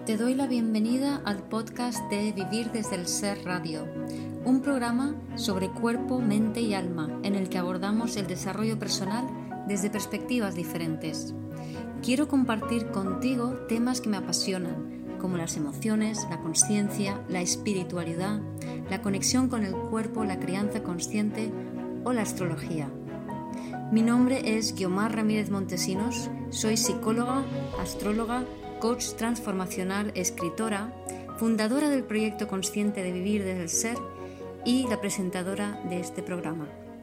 Te doy la bienvenida al podcast de Vivir desde el Ser Radio, un programa sobre cuerpo, mente y alma en el que abordamos el desarrollo personal desde perspectivas diferentes. Quiero compartir contigo temas que me apasionan, como las emociones, la consciencia, la espiritualidad, la conexión con el cuerpo, la crianza consciente o la astrología. Mi nombre es Guiomar Ramírez Montesinos, soy psicóloga, astróloga, coach transformacional, escritora, fundadora del proyecto consciente de Vivir desde el Ser y la presentadora de este programa.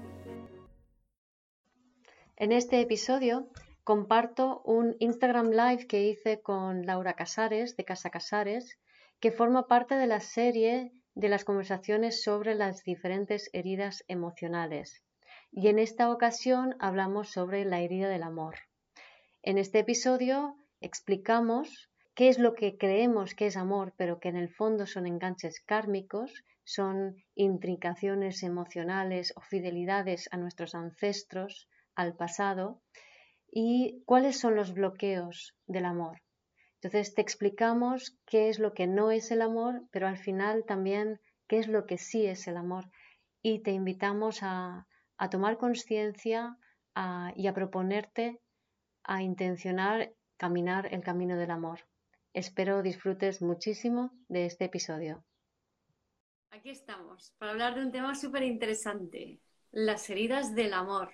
En este episodio comparto un Instagram Live que hice con Laura Casares de Casa Casares, que forma parte de la serie de las conversaciones sobre las diferentes heridas emocionales. Y en esta ocasión hablamos sobre la herida del amor. En este episodio explicamos qué es lo que creemos que es amor, pero que en el fondo son enganches kármicos, son intrincaciones emocionales o fidelidades a nuestros ancestros, al pasado, y cuáles son los bloqueos del amor. Entonces te explicamos qué es lo que no es el amor, pero al final también qué es lo que sí es el amor. Y te invitamos a tomar conciencia y a proponerte, a intencionar caminar el camino del amor. Espero disfrutes muchísimo de este episodio. Aquí estamos para hablar de un tema súper interesante, las heridas del amor.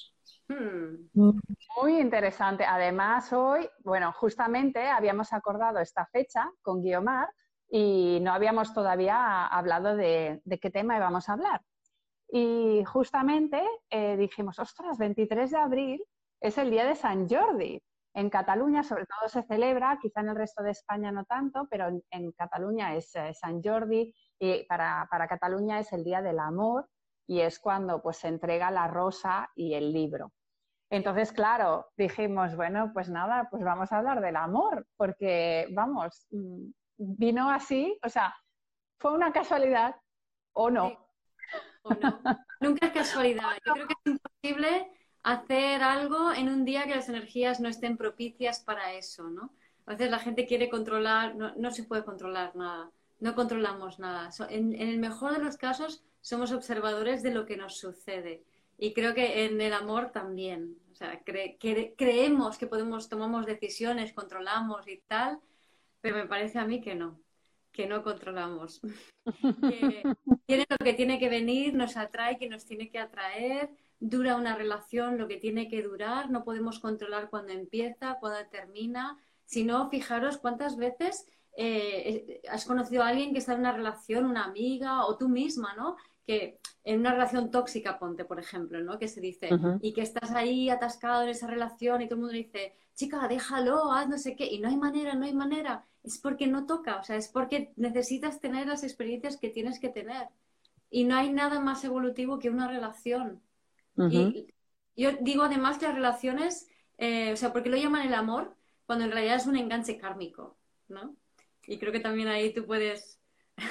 Muy interesante. Además, hoy, bueno, justamente habíamos acordado esta fecha con Guiomar y no habíamos todavía hablado de qué tema íbamos a hablar. Y justamente dijimos, ostras, 23 de abril es el día de Sant Jordi. En Cataluña, sobre todo, se celebra, quizá en el resto de España no tanto, pero en Cataluña es Sant Jordi y para Cataluña es el día del amor y es cuando pues, se entrega la rosa y el libro. Entonces, claro, dijimos, bueno, pues nada, pues vamos a hablar del amor, porque, vamos, vino así, o sea, fue una casualidad o no. Sí. ¿O no? Nunca es casualidad. Yo creo que es imposible hacer algo en un día que las energías no estén propicias para eso, ¿no? A veces la gente quiere controlar, no se puede controlar nada, no controlamos nada. En el mejor de los casos somos observadores de lo que nos sucede. Y creo que en el amor también. O sea, creemos que tomamos decisiones, controlamos y tal, pero me parece a mí que no controlamos. Que tiene lo que tiene que venir, nos atrae, que nos tiene que atraer, dura una relación lo que tiene que durar, no podemos controlar cuándo empieza, cuándo termina. Si no, fijaros cuántas veces has conocido a alguien que está en una relación, una amiga o tú misma, ¿no? Que en una relación tóxica, ponte, por ejemplo, ¿no? Que se dice, y que estás ahí atascado en esa relación y todo el mundo dice, chica, déjalo, haz no sé qué, y no hay manera, no hay manera. Es porque no toca, o sea, es porque necesitas tener las experiencias que tienes que tener. Y no hay nada más evolutivo que una relación. Y yo digo además que las relaciones, o sea, ¿por qué lo llaman el amor? Cuando en realidad es un enganche kármico, ¿no? Y creo que también ahí tú puedes...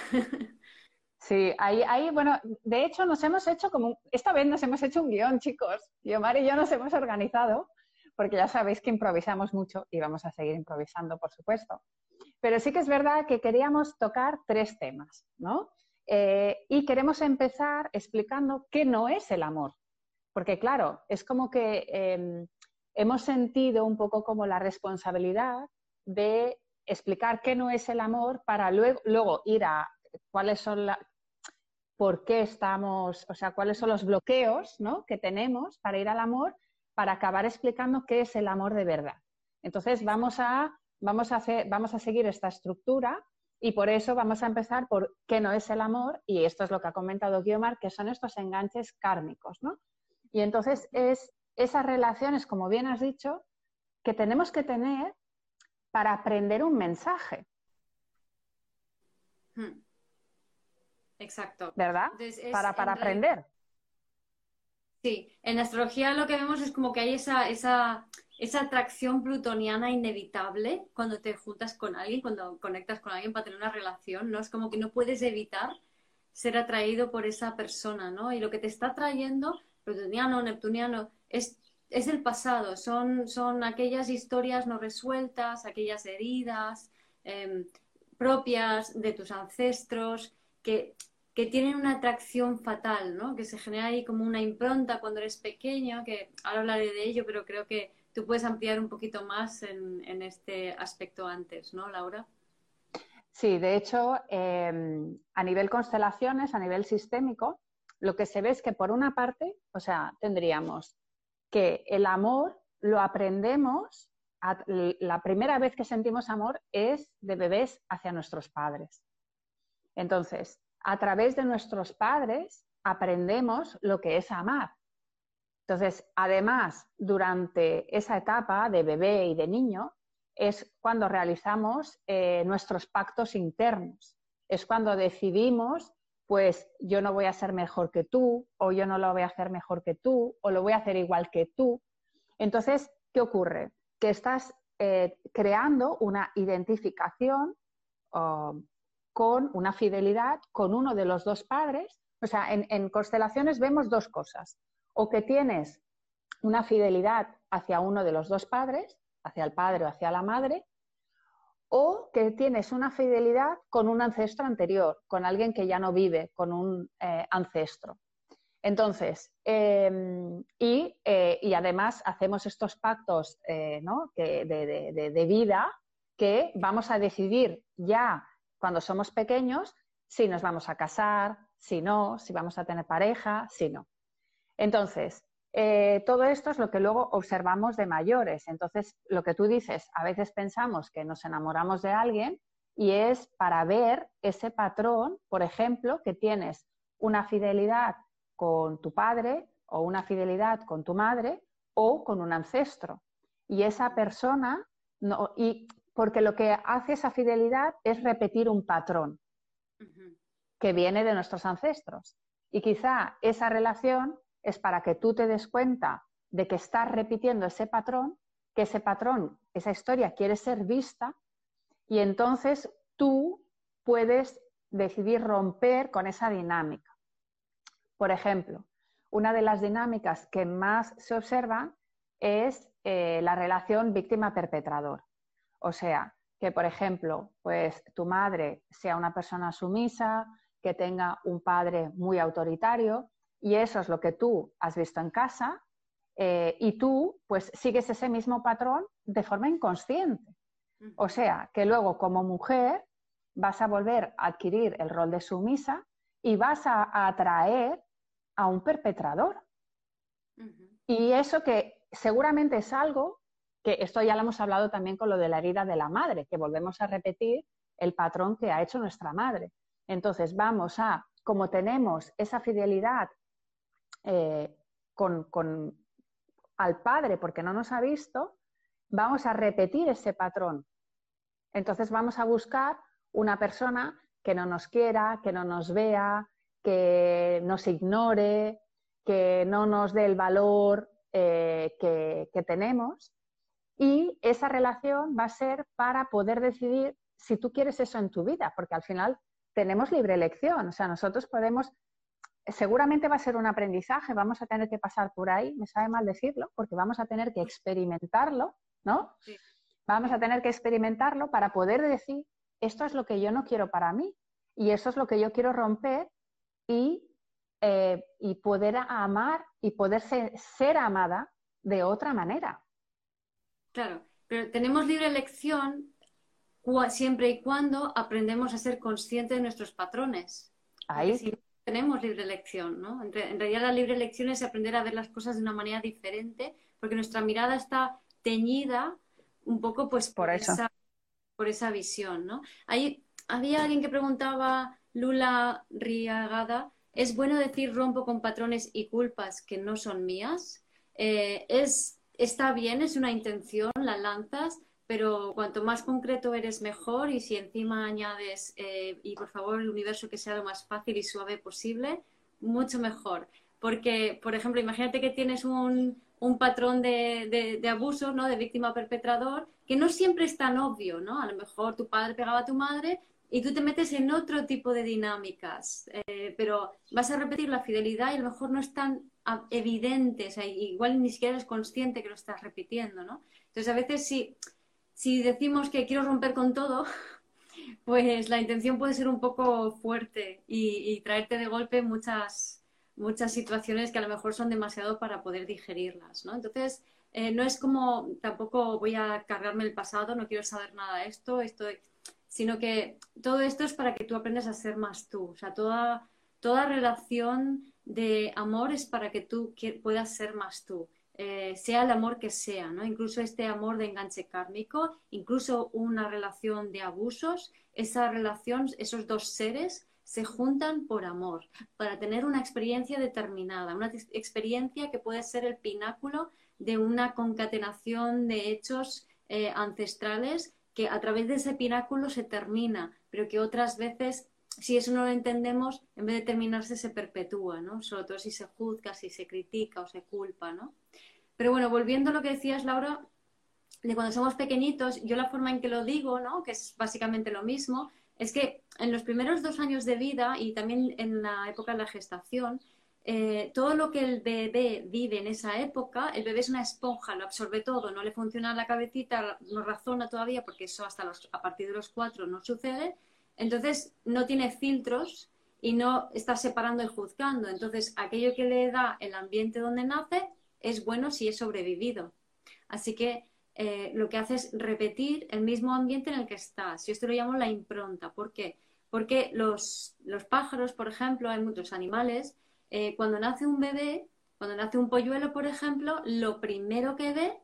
Sí, ahí, bueno, de hecho nos hemos hecho esta vez nos hemos hecho un guión, chicos. Guiomar y yo nos hemos organizado, porque ya sabéis que improvisamos mucho y vamos a seguir improvisando, por supuesto. Pero sí que es verdad que queríamos tocar 3 temas, ¿no? Y queremos empezar explicando qué no es el amor. Porque claro, es como que hemos sentido un poco como la responsabilidad de explicar qué no es el amor para luego ir a cuáles son por qué estamos, o sea, cuáles son los bloqueos, ¿no?, que tenemos para ir al amor, para acabar explicando qué es el amor de verdad. Entonces vamos a seguir esta estructura y por eso vamos a empezar por qué no es el amor, y esto es lo que ha comentado Guiomar, que son estos enganches kármicos, ¿no? Y entonces es esas relaciones, como bien has dicho, que tenemos que tener para aprender un mensaje. Exacto. ¿Verdad? Entonces, para aprender. Sí, en astrología lo que vemos es como que hay esa atracción plutoniana inevitable cuando te juntas con alguien, cuando conectas con alguien para tener una relación, ¿no? Es como que no puedes evitar ser atraído por esa persona, ¿no? Y lo que te está atrayendo, plutoniano, neptuniano, es el pasado, son aquellas historias no resueltas, aquellas heridas, propias de tus ancestros, que tienen una atracción fatal, ¿no? Que se genera ahí como una impronta cuando eres pequeño, que ahora hablaré de ello, pero creo que tú puedes ampliar un poquito más en este aspecto antes, ¿no, Laura? Sí, de hecho, a nivel constelaciones, a nivel sistémico, lo que se ve es que por una parte, o sea, tendríamos que el amor lo aprendemos, la primera vez que sentimos amor es de bebés hacia nuestros padres. Entonces, a través de nuestros padres aprendemos lo que es amar. Entonces, además, durante esa etapa de bebé y de niño, es cuando realizamos nuestros pactos internos. Es cuando decidimos, pues yo no voy a ser mejor que tú, o yo no lo voy a hacer mejor que tú, o lo voy a hacer igual que tú. Entonces, ¿qué ocurre? Que estás creando una identificación con una fidelidad con uno de los dos padres. O sea, en constelaciones vemos dos cosas. O que tienes una fidelidad hacia uno de los dos padres, hacia el padre o hacia la madre, o que tienes una fidelidad con un ancestro anterior, con alguien que ya no vive, con un ancestro. Entonces, y además hacemos estos pactos ¿no? de vida que vamos a decidir ya cuando somos pequeños si nos vamos a casar, si no, si vamos a tener pareja, si no. Entonces, todo esto es lo que luego observamos de mayores. Entonces, lo que tú dices, a veces pensamos que nos enamoramos de alguien y es para ver ese patrón, por ejemplo, que tienes una fidelidad con tu padre o una fidelidad con tu madre o con un ancestro. Y esa persona, no, y porque lo que hace esa fidelidad es repetir un patrón que viene de nuestros ancestros. Y quizá esa relación es para que tú te des cuenta de que estás repitiendo ese patrón, que ese patrón, esa historia quiere ser vista y entonces tú puedes decidir romper con esa dinámica. Por ejemplo, una de las dinámicas que más se observan es la relación víctima-perpetrador. O sea, que por ejemplo, pues tu madre sea una persona sumisa, que tenga un padre muy autoritario y eso es lo que tú has visto en casa y tú pues sigues ese mismo patrón de forma inconsciente. O sea, que luego como mujer vas a volver a adquirir el rol de sumisa y vas a atraer a un perpetrador. Y eso que seguramente es algo que esto ya lo hemos hablado también con lo de la herida de la madre, que volvemos a repetir el patrón que ha hecho nuestra madre. Entonces vamos a, como tenemos esa fidelidad al padre porque no nos ha visto, vamos a repetir ese patrón. Entonces vamos a buscar una persona que no nos quiera, que no nos vea, que nos ignore, que no nos dé el valor que tenemos. Y esa relación va a ser para poder decidir si tú quieres eso en tu vida, porque al final tenemos libre elección. O sea, nosotros podemos, seguramente va a ser un aprendizaje, vamos a tener que pasar por ahí, me sabe mal decirlo, porque vamos a tener que experimentarlo, ¿no? Sí. Vamos a tener que experimentarlo para poder decir, esto es lo que yo no quiero para mí y eso es lo que yo quiero romper y poder amar y poder ser amada de otra manera. Claro, pero tenemos libre elección siempre y cuando aprendemos a ser conscientes de nuestros patrones. Porque Ahí si no tenemos libre elección, ¿no? En realidad la libre elección es aprender a ver las cosas de una manera diferente, porque nuestra mirada está teñida un poco pues por eso. por esa visión, ¿no? Había alguien que preguntaba, Lula Riagada, ¿es bueno decir rompo con patrones y culpas que no son mías? Está bien, es una intención, la lanzas, pero cuanto más concreto eres mejor y si encima añades, y por favor el universo que sea lo más fácil y suave posible, mucho mejor. Porque, por ejemplo, imagínate que tienes un patrón de abuso, ¿no? De víctima perpetrador, que no siempre es tan obvio, ¿no? A lo mejor tu padre pegaba a tu madre y tú te metes en otro tipo de dinámicas, pero vas a repetir la fidelidad y a lo mejor no es tan evidente, o sea, igual ni siquiera eres consciente que lo estás repitiendo, ¿no? Entonces, a veces si decimos que quiero romper con todo, Pues la intención puede ser un poco fuerte y traerte de golpe muchas situaciones que a lo mejor son demasiado para poder digerirlas, ¿no? Entonces, no es como, tampoco voy a cargarme el pasado, no quiero saber nada de sino que todo esto es para que tú aprendas a ser más tú. O sea, toda relación de amor es para que tú puedas ser más tú. Sea el amor que sea, ¿no? Incluso este amor de enganche kármico, incluso una relación de abusos, esa relación, esos dos seres se juntan por amor, para tener una experiencia determinada, una experiencia que puede ser el pináculo de una concatenación de hechos ancestrales que a través de ese pináculo se termina, pero que otras veces, si eso no lo entendemos, en vez de terminarse se perpetúa, ¿no? Sobre todo si se juzga, si se critica o se culpa, ¿no? Pero bueno, volviendo a lo que decías, Laura, de cuando somos pequeñitos, yo la forma en que lo digo, ¿no? Que es básicamente lo mismo, es que en los primeros 2 años de vida y también en la época de la gestación, todo lo que el bebé vive en esa época, el bebé es una esponja, lo absorbe todo, no le funciona la cabecita, no razona todavía, porque eso a partir de los 4 no sucede, entonces no tiene filtros y no está separando y juzgando. Entonces, aquello que le da el ambiente donde nace es bueno si es sobrevivido. Así que lo que hace es repetir el mismo ambiente en el que estás. Yo esto lo llamo la impronta. ¿Por qué? Porque los pájaros, por ejemplo, hay muchos animales, cuando nace un bebé, cuando nace un polluelo, por ejemplo, lo primero que ve,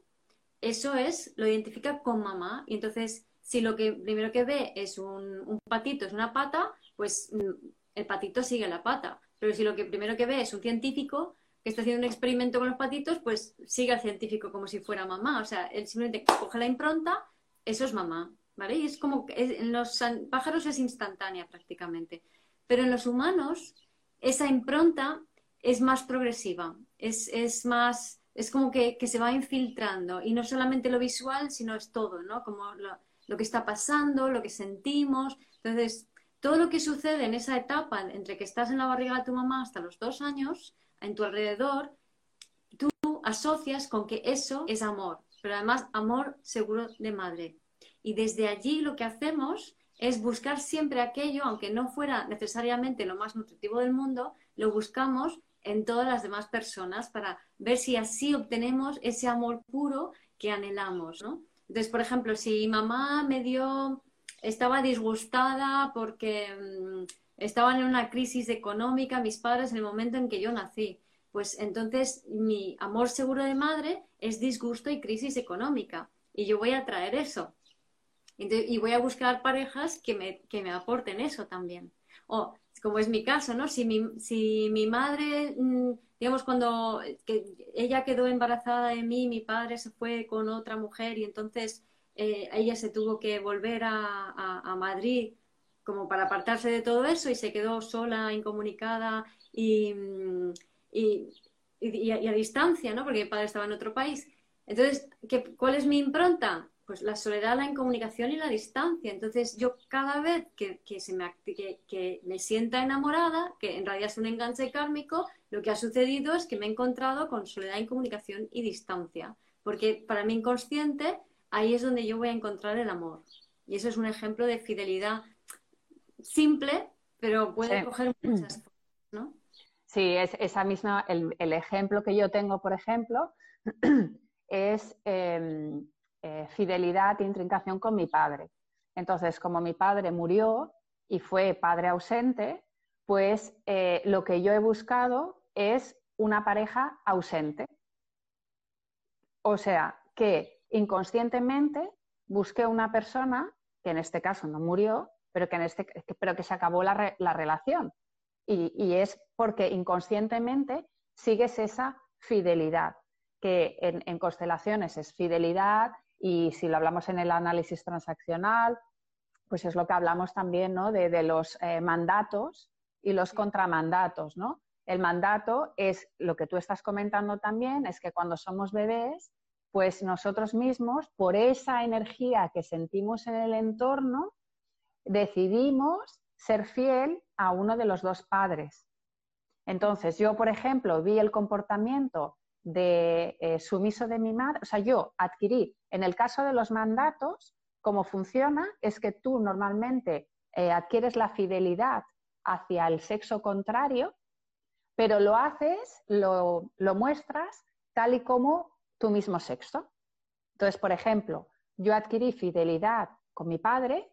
lo identifica con mamá. Y entonces, si lo que primero que ve es un patito, es una pata, pues el patito sigue la pata. Pero si lo que primero que ve es un científico que está haciendo un experimento con los patitos, pues sigue al científico como si fuera mamá. O sea, él simplemente coge la impronta, eso es mamá, ¿vale? Y es como que en los pájaros es instantánea prácticamente. Pero en los humanos, esa impronta es más progresiva, es más, es como que se va infiltrando y no solamente lo visual, sino es todo, ¿no? Como lo que está pasando, lo que sentimos. Entonces, todo lo que sucede en esa etapa entre que estás en la barriga de tu mamá hasta los 2 años, en tu alrededor, tú asocias con que eso es amor, pero además amor seguro de madre. Y desde allí lo que hacemos es buscar siempre aquello, aunque no fuera necesariamente lo más nutritivo del mundo, lo buscamos en todas las demás personas para ver si así obtenemos ese amor puro que anhelamos, ¿no? Entonces, por ejemplo, si mamá estaba disgustada porque estaban en una crisis económica mis padres en el momento en que yo nací, pues entonces mi amor seguro de madre es disgusto y crisis económica. Y yo voy a traer eso. Y voy a buscar parejas que me aporten eso también. O, como es mi caso, ¿no? Si mi madre, digamos, cuando ella quedó embarazada de mí, mi padre se fue con otra mujer y entonces ella se tuvo que volver a Madrid como para apartarse de todo eso y se quedó sola, incomunicada y, y a distancia, ¿no? Porque mi padre estaba en otro país. Entonces, ¿cuál es mi impronta? Pues la soledad, la incomunicación y la distancia. Entonces, yo cada vez que me sienta enamorada, que en realidad es un enganche kármico, lo que ha sucedido es que me he encontrado con soledad, incomunicación y distancia. Porque para mi inconsciente, ahí es donde yo voy a encontrar el amor. Y eso es un ejemplo de fidelidad simple, pero puede Sí. coger muchas formas, ¿no? Sí, es esa misma, el ejemplo que yo tengo, por ejemplo, es fidelidad e intrincación con mi padre. Entonces, como mi padre murió y fue padre ausente, pues lo que yo he buscado es una pareja ausente. O sea, que inconscientemente busqué una persona que en este caso no murió, pero que se acabó la relación. Y es porque inconscientemente sigues esa fidelidad, que en constelaciones es fidelidad, y si lo hablamos en el análisis transaccional, pues es lo que hablamos también, ¿no? de los mandatos y los contramandatos, ¿no? El mandato es lo que tú estás comentando también, es que cuando somos bebés, pues nosotros mismos, por esa energía que sentimos en el entorno, decidimos ser fiel a uno de los dos padres. Entonces, yo, por ejemplo, vi el comportamiento de sumiso de mi madre, o sea, yo adquirí, en el caso de los mandatos, cómo funciona es que tú normalmente adquieres la fidelidad hacia el sexo contrario, pero lo haces, lo muestras tal y como tu mismo sexo. Entonces, por ejemplo, yo adquirí fidelidad con mi padre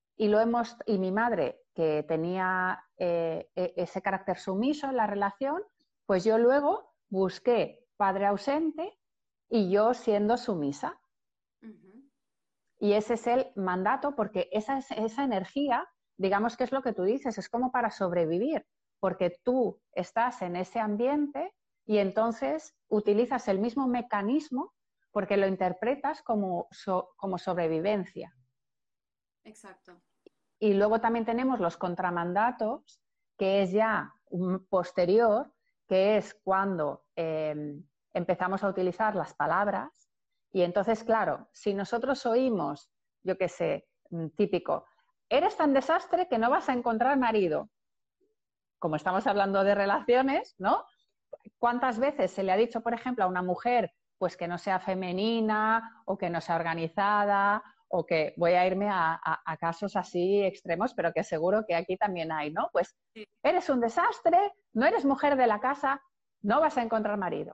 y mi madre, que tenía ese carácter sumiso en la relación, pues yo luego busqué padre ausente y yo siendo sumisa. Ujú. Y ese es el mandato, porque esa energía, digamos que es lo que tú dices, es como para sobrevivir, porque tú estás en ese ambiente y entonces utilizas el mismo mecanismo porque lo interpretas como sobrevivencia. Exacto. Y luego también tenemos los contramandatos, que es ya un posterior, que es cuando empezamos a utilizar las palabras. Y entonces, claro, si nosotros oímos, yo qué sé, típico, eres tan desastre que no vas a encontrar marido. Como estamos hablando de relaciones, ¿no? ¿Cuántas veces se le ha dicho, por ejemplo, a una mujer pues que no sea femenina o que no sea organizada o que voy a irme a casos así extremos, pero que seguro que aquí también hay, ¿no? Pues Sí. eres un desastre, no eres mujer de la casa, no vas a encontrar marido.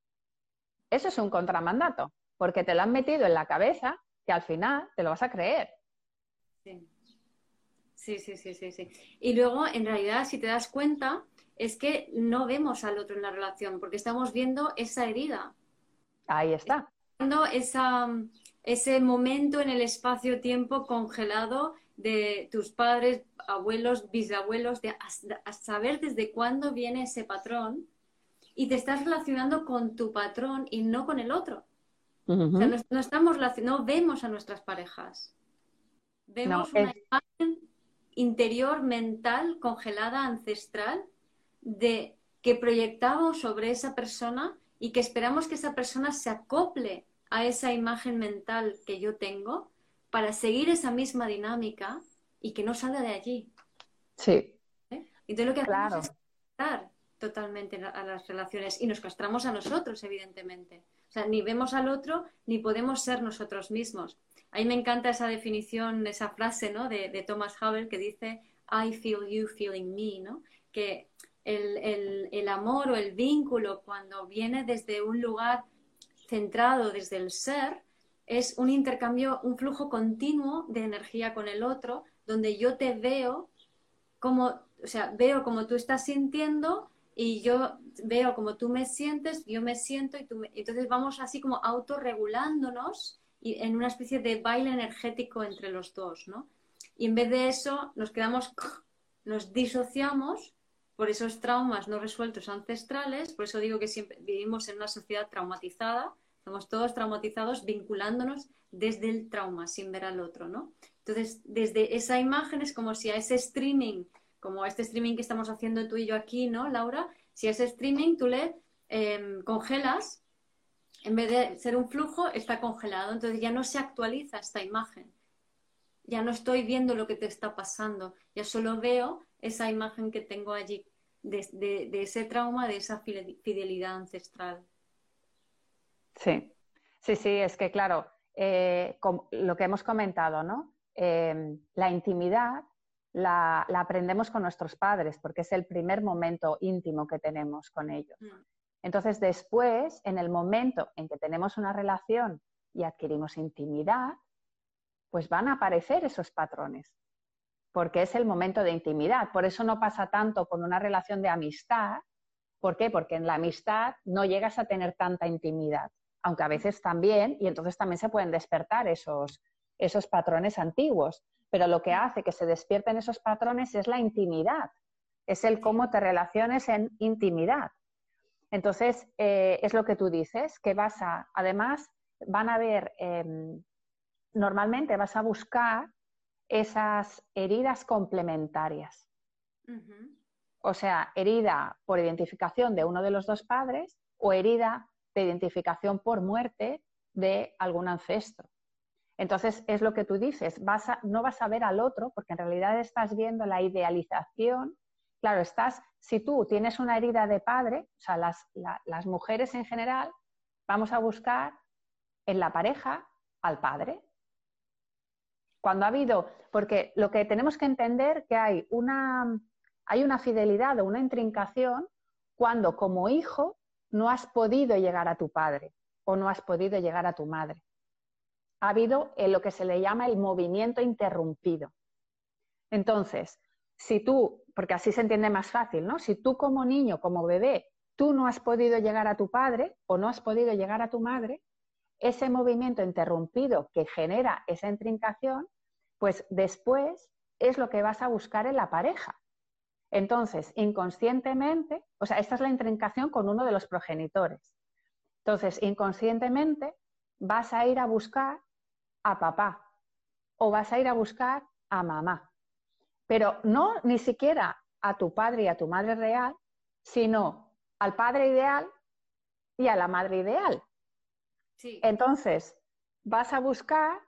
Eso es un contramandato, porque te lo han metido en la cabeza que al final te lo vas a creer. Sí. Sí, sí, sí, sí, sí. Y luego, en realidad, si te das cuenta, es que no vemos al otro en la relación, porque estamos viendo esa herida, Ahí está. viendo ese momento en el espacio-tiempo congelado de tus padres, abuelos, bisabuelos, a saber desde cuándo viene ese patrón y te estás relacionando con tu patrón y no con el otro. O sea, Uh-huh. no vemos a nuestras parejas. No, Vemos una imagen interior, mental, congelada, ancestral, de que proyectamos sobre esa persona y que esperamos que esa persona se acople a esa imagen mental que yo tengo para seguir esa misma dinámica y que no salga de allí. sí, ¿Eh? Entonces lo que hacemos es claro. castrar totalmente a las relaciones y nos castramos a nosotros, evidentemente. O sea, ni vemos al otro ni podemos ser nosotros mismos. A mí me encanta esa definición, esa frase, ¿no? de Thomas Havel que dice I feel you feeling me, ¿no? Que el amor o el vínculo cuando viene desde un lugar centrado desde el ser es un intercambio, un flujo continuo de energía con el otro, donde yo te veo como, o sea, veo como tú estás sintiendo y yo veo como tú me sientes, yo me siento y entonces vamos así como autorregulándonos y en una especie de baile energético entre los dos, ¿no? Y en vez de eso nos quedamos, nos disociamos por esos traumas no resueltos ancestrales, por eso digo que siempre vivimos en una sociedad traumatizada, estamos todos traumatizados vinculándonos desde el trauma sin ver al otro, ¿no? Entonces, desde esa imagen es como si a ese streaming, como a este streaming que estamos haciendo tú y yo aquí, ¿no, Laura? Si a ese streaming tú le congelas, en vez de ser un flujo, está congelado. Entonces ya no se actualiza esta imagen. Ya no estoy viendo lo que te está pasando. Ya solo veo esa imagen que tengo allí de ese trauma, de esa fidelidad ancestral. Sí, sí, sí, es que claro, lo que hemos comentado, ¿no? La intimidad la aprendemos con nuestros padres porque es el primer momento íntimo que tenemos con ellos. Mm. Entonces, después, en el momento en que tenemos una relación y adquirimos intimidad, pues van a aparecer esos patrones, porque es el momento de intimidad. Por eso no pasa tanto con una relación de amistad. ¿Por qué? Porque en la amistad no llegas a tener tanta intimidad, aunque a veces también, y entonces también se pueden despertar esos patrones antiguos. Pero lo que hace que se despierten esos patrones es la intimidad, es el cómo te relaciones en intimidad. Entonces, es lo que tú dices, que además, van a ver, normalmente vas a buscar esas heridas complementarias. Uh-huh. O sea, herida por identificación de uno de los dos padres o herida de identificación por muerte de algún ancestro. Entonces, es lo que tú dices, no vas a ver al otro porque en realidad estás viendo la idealización. Claro, si tú tienes una herida de padre, o sea, las mujeres en general, vamos a buscar en la pareja al padre. Cuando ha habido, porque lo que tenemos que entender que hay una fidelidad o una intrincación cuando como hijo no has podido llegar a tu padre o no has podido llegar a tu madre. Ha habido lo que se le llama el movimiento interrumpido. Entonces, si tú, porque así se entiende más fácil, ¿no? Si tú como niño, como bebé, tú no has podido llegar a tu padre o no has podido llegar a tu madre, ese movimiento interrumpido que genera esa intrincación, pues después es lo que vas a buscar en la pareja. Entonces, inconscientemente, o sea, esta es la intrincación con uno de los progenitores. Entonces, inconscientemente vas a ir a buscar a papá o vas a ir a buscar a mamá. Pero no ni siquiera a tu padre y a tu madre real, sino al padre ideal y a la madre ideal. Sí. Entonces, vas a buscar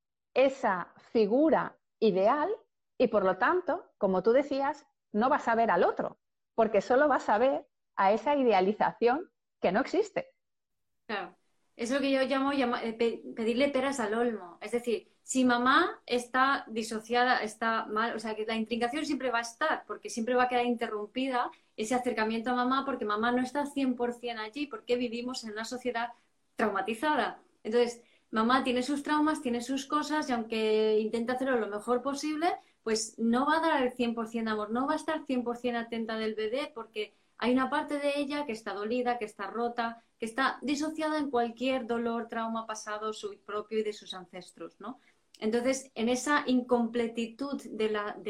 esa figura ideal y por lo tanto, como tú decías, no vas a ver al otro, porque solo vas a ver a esa idealización que no existe. Claro, es lo que yo llamo pedirle peras al olmo. Es decir, si mamá está disociada, está mal, o sea, que la intrincación siempre va a estar, porque siempre va a quedar interrumpida ese acercamiento a mamá, porque mamá no está 100% allí, porque vivimos en una sociedad traumatizada. Entonces, mamá tiene sus traumas, tiene sus cosas, y aunque intenta hacerlo lo mejor posible, pues no va a dar el 100% amor, no va a estar 100% atenta del bebé, porque hay una parte de ella que está dolida, que está rota, que está disociada en cualquier dolor, trauma pasado, su propio y de sus ancestros, ¿no? Entonces, en esa incompletitud de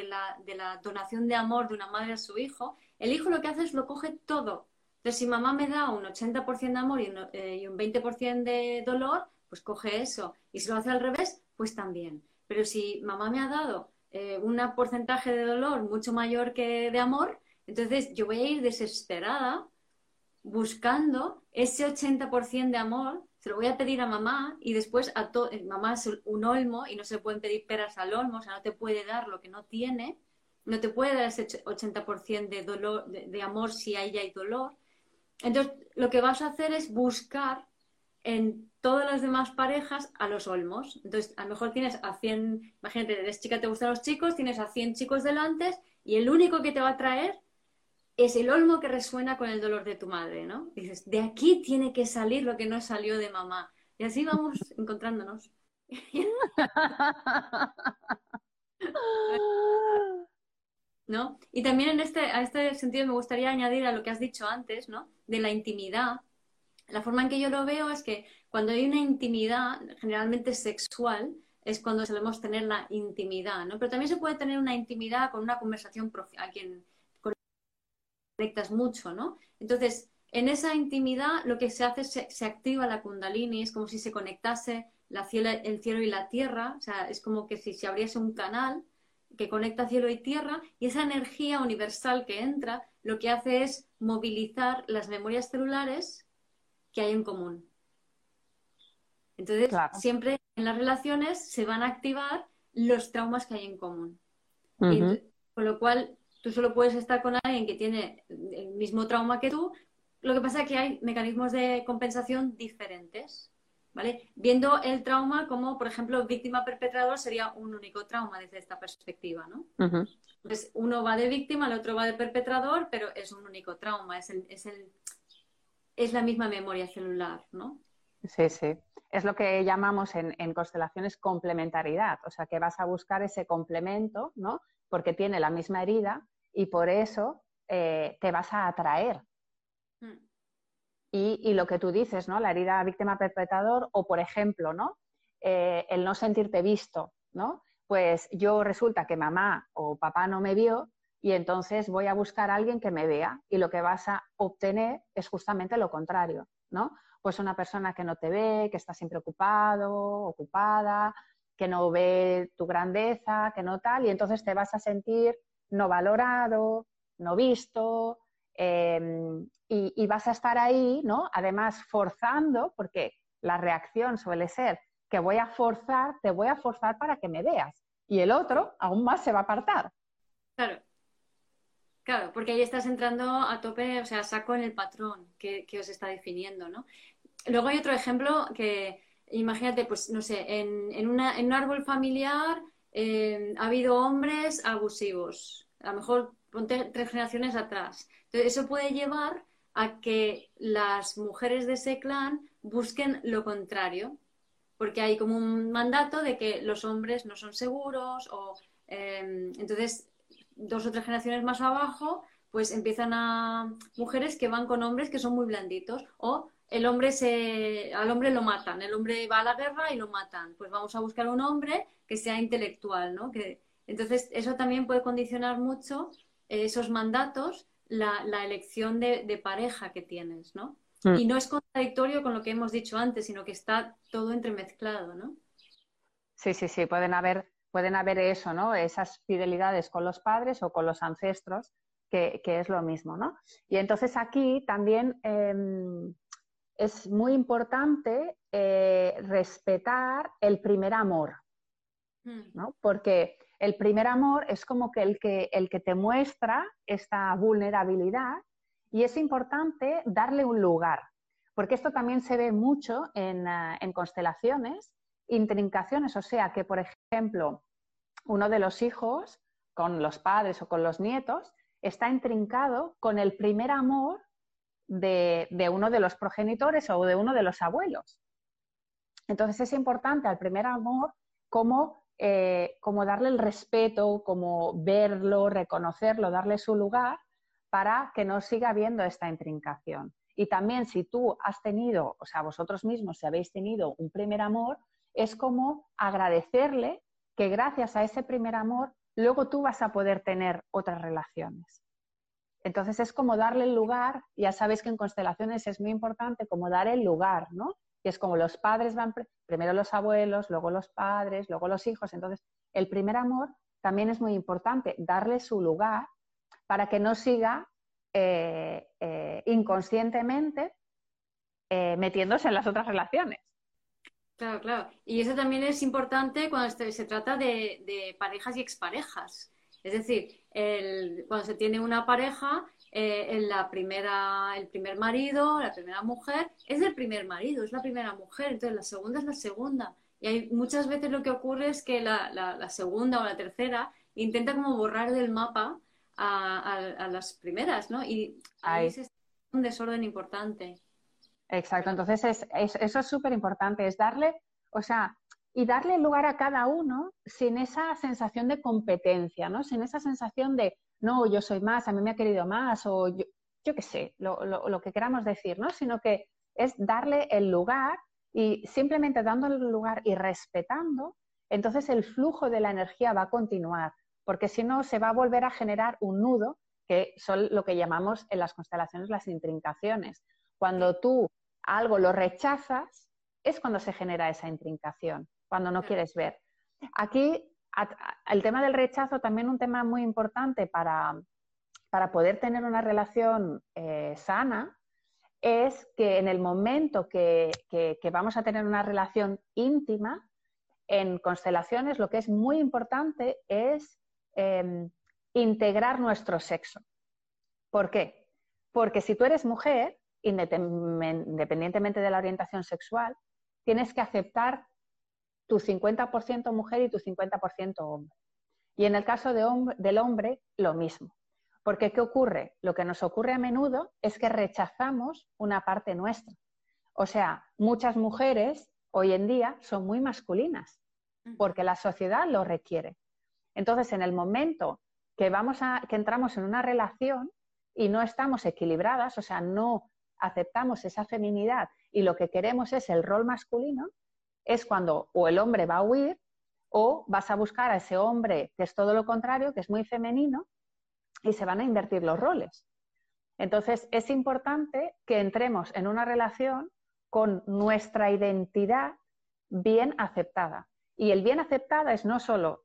la donación de amor de una madre a su hijo, el hijo lo que hace es lo coge todo. Entonces, si mamá me da un 80% de amor y un 20% de dolor, pues coge eso. Y si lo hace al revés, pues también. Pero si mamá me ha dado un porcentaje de dolor mucho mayor que de amor, entonces yo voy a ir desesperada buscando ese 80% de amor, se lo voy a pedir a mamá y después mamá es un olmo y no se pueden pedir peras al olmo, o sea, no te puede dar lo que no tiene, no te puede dar ese 80% de dolor, de amor si ahí hay dolor. Entonces, lo que vas a hacer es buscar en todas las demás parejas a los olmos. Entonces, a lo mejor tienes a 100, imagínate, eres chica, te gustan los chicos, tienes a 100 chicos delante y el único que te va a traer es el olmo que resuena con el dolor de tu madre, ¿no? Dices, de aquí tiene que salir lo que no salió de mamá. Y así vamos encontrándonos. ¿No? Y también a este sentido me gustaría añadir a lo que has dicho antes, ¿no? De la intimidad. La forma en que yo lo veo es que cuando hay una intimidad, generalmente sexual, es cuando solemos tener la intimidad, ¿no? Pero también se puede tener una intimidad con una conversación a quien conectas mucho, ¿no? Entonces, en esa intimidad lo que se hace es se activa la kundalini, es como si se conectase el cielo y la tierra, o sea, es como que si se abriese un canal que conecta cielo y tierra y esa energía universal que entra lo que hace es movilizar las memorias celulares que hay en común. Entonces, Claro. siempre en las relaciones se van a activar los traumas que hay en común. Con lo cual, tú solo puedes estar con alguien que tiene el mismo trauma que tú. Lo que pasa es que hay mecanismos de compensación diferentes. ¿Vale? Viendo el trauma como, por ejemplo, víctima-perpetrador sería un único trauma desde esta perspectiva, ¿no? Entonces, uno va de víctima, el otro va de perpetrador, pero es un único trauma, es la misma memoria celular, ¿no? Sí, sí. Es lo que llamamos en constelaciones complementariedad, o sea, que vas a buscar ese complemento, ¿no? Porque tiene la misma herida y por eso te vas a atraer. Y lo que tú dices, ¿no? La herida víctima-perpetrador o, por ejemplo, ¿no? El no sentirte visto, ¿no? Pues yo resulta que mamá o papá no me vio y entonces voy a buscar a alguien que me vea y lo que vas a obtener es justamente lo contrario, ¿no? Pues una persona que no te ve, que está siempre ocupado, ocupada, que no ve tu grandeza, que no tal, y entonces te vas a sentir no valorado, no visto, y vas a estar ahí, ¿no? Además, forzando, porque la reacción suele ser que voy a forzar, te voy a forzar para que me veas. Y el otro aún más se va a apartar. Claro, claro, porque ahí estás entrando a tope, o sea, saco en el patrón que os está definiendo, ¿no? Luego hay otro ejemplo que, imagínate, pues no sé, en un árbol familiar ha habido hombres abusivos, a lo mejor ponte 3 generaciones atrás. Entonces, eso puede llevar a que las mujeres de ese clan busquen lo contrario, porque hay como un mandato de que los hombres no son seguros o entonces 2 o 3 generaciones más abajo pues empiezan a mujeres que van con hombres que son muy blanditos o al hombre lo matan, el hombre va a la guerra y lo matan, pues vamos a buscar un hombre que sea intelectual, ¿no? Entonces eso también puede condicionar mucho esos mandatos, la elección de pareja que tienes, ¿no? Mm. Y no es contradictorio con lo que hemos dicho antes, sino que está todo entremezclado, ¿no? Sí, sí, sí, pueden haber eso, ¿no? Esas fidelidades con los padres o con los ancestros, que es lo mismo, ¿no? Y entonces aquí también es muy importante respetar el primer amor, Mm. ¿no? Porque el primer amor es como que el que te muestra esta vulnerabilidad y es importante darle un lugar, porque esto también se ve mucho en constelaciones, intrincaciones, o sea que, por ejemplo, uno de los hijos con los padres o con los nietos está intrincado con el primer amor de uno de los progenitores o de uno de los abuelos. Entonces es importante al primer amor como darle el respeto, como verlo, reconocerlo, darle su lugar para que no siga habiendo esta intrincación. Y también si tú has tenido, o sea, vosotros mismos si habéis tenido un primer amor, es como agradecerle que gracias a ese primer amor luego tú vas a poder tener otras relaciones. Entonces es como darle el lugar, ya sabéis que en constelaciones es muy importante como dar el lugar, ¿no? Y es como los padres van, primero los abuelos, luego los padres, luego los hijos. Entonces el primer amor también es muy importante, darle su lugar para que no siga inconscientemente metiéndose en las otras relaciones. Claro, claro. Y eso también es importante cuando se trata de parejas y exparejas. Es decir, cuando se tiene una pareja, el primer marido, la primera mujer, es el primer marido, es la primera mujer, entonces la segunda es la segunda. Y hay, muchas veces lo que ocurre es que la segunda o la tercera intenta como borrar del mapa a las primeras, ¿no? Y ahí Ay, se está un desorden importante. exacto, entonces eso es súper importante, es darle, o sea, y darle lugar a cada uno sin esa sensación de competencia, ¿no? Sin esa sensación de, no, yo soy más, a mí me ha querido más, o yo qué sé, lo que queramos decir, ¿no? Sino que es darle el lugar y simplemente dándole el lugar y respetando, entonces el flujo de la energía va a continuar, porque si no se va a volver a generar un nudo, que son lo que llamamos en las constelaciones las intrincaciones. Sí, Cuando tú algo lo rechazas, es cuando se genera esa intrincación, cuando no claro. quieres ver. Aquí, el tema del rechazo también un tema muy importante para poder tener una relación sana, es que en el momento que vamos a tener una relación íntima, en constelaciones lo que es muy importante es eh, integrar nuestro sexo. ¿Por qué? Porque si tú eres mujer, independientemente de la orientación sexual, tienes que aceptar tu 50% mujer y tu 50% hombre. Y en el caso del hombre, lo mismo. Porque ¿qué ocurre? Lo que nos ocurre a menudo es que rechazamos una parte nuestra. O sea, muchas mujeres hoy en día son muy masculinas Ujú. porque la sociedad lo requiere. Entonces, en el momento que entramos en una relación y no estamos equilibradas, o sea, no aceptamos esa feminidad y lo que queremos es el rol masculino, es cuando o el hombre va a huir o vas a buscar a ese hombre que es todo lo contrario, que es muy femenino, y se van a invertir los roles. Entonces, es importante que entremos en una relación con nuestra identidad bien aceptada. Y el bien aceptada es no solo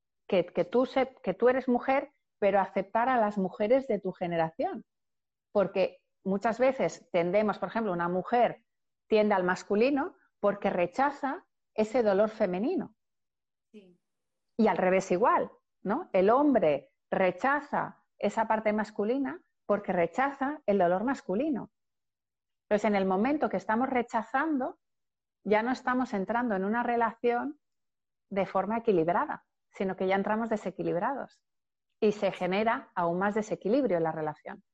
que tú eres mujer, pero aceptar a las mujeres de tu generación. Porque muchas veces tendemos, por ejemplo, una mujer tiende al masculino porque rechaza ese dolor femenino. Sí. Y al revés igual, ¿no? El hombre rechaza esa parte masculina porque rechaza el dolor masculino. Entonces, en el momento que estamos rechazando, ya no estamos entrando en una relación de forma equilibrada, sino que ya entramos desequilibrados y se genera aún más desequilibrio en la relación.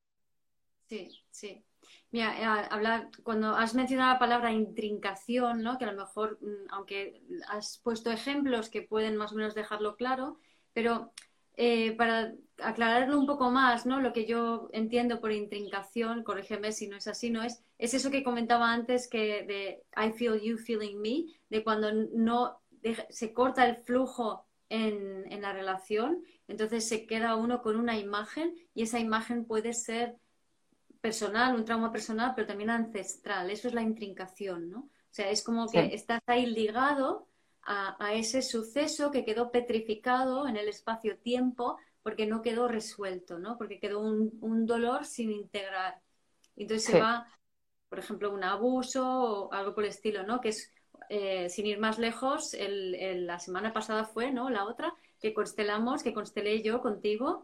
Sí, sí. Mira, cuando has mencionado la palabra intrincación, ¿no? Que a lo mejor, aunque has puesto ejemplos que pueden más o menos dejarlo claro, pero para aclararlo un poco más, ¿no? Lo que yo entiendo por intrincación, corrígeme si no es así, ¿no? Es eso que comentaba antes que de I feel you feeling me, de cuando no se corta el flujo en la relación, entonces se queda uno con una imagen y esa imagen puede ser personal, un trauma personal, pero también ancestral. Eso es la intrincación, ¿no? O sea, es como que Sí, estás ahí ligado a ese suceso que quedó petrificado en el espacio-tiempo porque no quedó resuelto, ¿no? Porque quedó un dolor sin integrar. Entonces se sí, va, por ejemplo, un abuso o algo por el estilo, ¿no? Que es, sin ir más lejos, la semana pasada fue, ¿no? La otra, que constelamos, que constelé yo contigo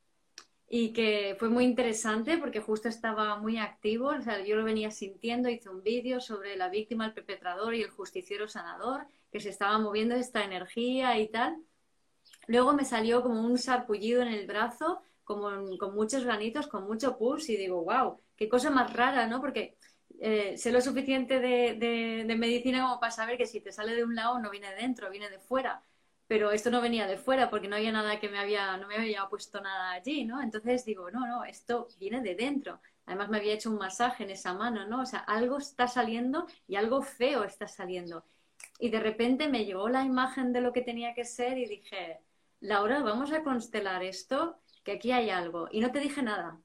y que fue muy interesante porque justo estaba muy activo, o sea, yo lo venía sintiendo, hice un vídeo sobre la víctima, el perpetrador y el justiciero sanador, que se estaba moviendo esta energía y tal. Luego me salió como un sarpullido en el brazo, como con muchos granitos, con mucho pus y digo, wow, qué cosa más rara, ¿no? Porque sé lo suficiente de medicina como para saber que si te sale de un lado no viene de dentro, viene de fuera, pero esto no venía de fuera porque no había nada no me había puesto nada allí, ¿no? Entonces digo, no, no, esto viene de dentro. Además me había hecho un masaje en esa mano, ¿no? O sea, algo está saliendo y algo feo está saliendo. Y de repente me llegó la imagen de lo que tenía que ser y dije, Laura, vamos a constelar esto, que aquí hay algo. Y no te dije nada.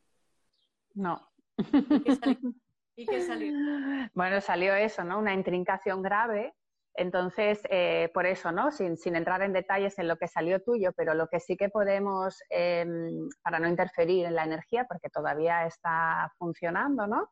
no. ¿Y qué salió? ¿Y qué salió? Bueno, salió eso, ¿no? Una intrincación grave. Entonces, por eso, ¿no? Sin entrar en detalles en lo que salió tuyo, pero lo que sí que podemos, para no interferir en la energía, porque todavía está funcionando, ¿no?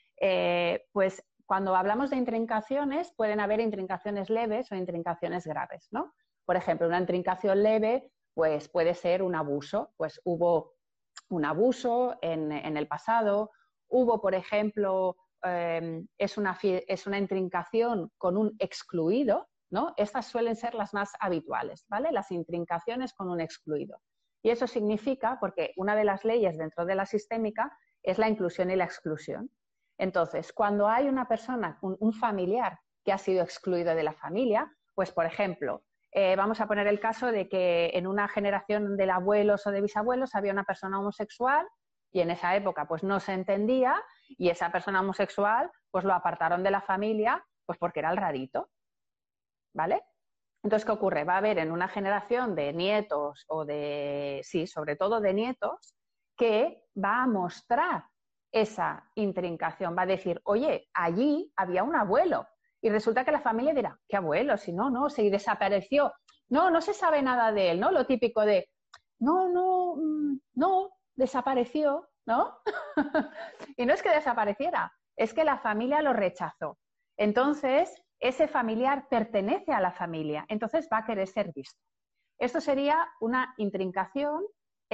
Pues cuando hablamos de intrincaciones, pueden haber intrincaciones leves o intrincaciones graves, ¿no? Por ejemplo, una intrincación leve, pues puede ser un abuso. Pues hubo un abuso en el pasado, hubo, por ejemplo, es una intrincación con un excluido, ¿no? Estas suelen ser las más habituales, ¿vale? Las intrincaciones con un excluido. Y eso significa, porque una de las leyes dentro de la sistémica es la inclusión y la exclusión. Entonces, cuando hay una persona, un familiar que ha sido excluido de la familia, pues, por ejemplo, vamos a poner el caso de que en una generación de abuelos o de bisabuelos había una persona homosexual y en esa época pues no se entendía y esa persona homosexual pues lo apartaron de la familia pues porque era el rarito, ¿vale? Entonces, ¿qué ocurre? Va a haber en una generación de nietos o sí, sobre todo de nietos, que va a mostrar esa intrincación, va a decir, oye, allí había un abuelo. Y resulta que la familia dirá, ¿qué abuelo? Si no, no, si desapareció. No, no se sabe nada de él, ¿no? Lo típico de, no, no, no, desapareció, ¿no? Y no es que desapareciera, es que la familia lo rechazó. Entonces, ese familiar pertenece a la familia, entonces va a querer ser visto. Esto sería una intrincación,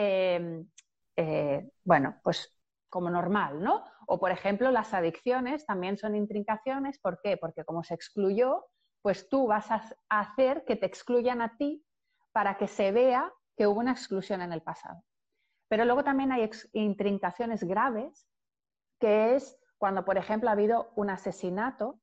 bueno, pues como normal, ¿no? O, por ejemplo, las adicciones también son intrincaciones. ¿Por qué? Porque como se excluyó, pues tú vas a hacer que te excluyan a ti para que se vea que hubo una exclusión en el pasado. Pero luego también hay intrincaciones graves, que es cuando, por ejemplo, ha habido un asesinato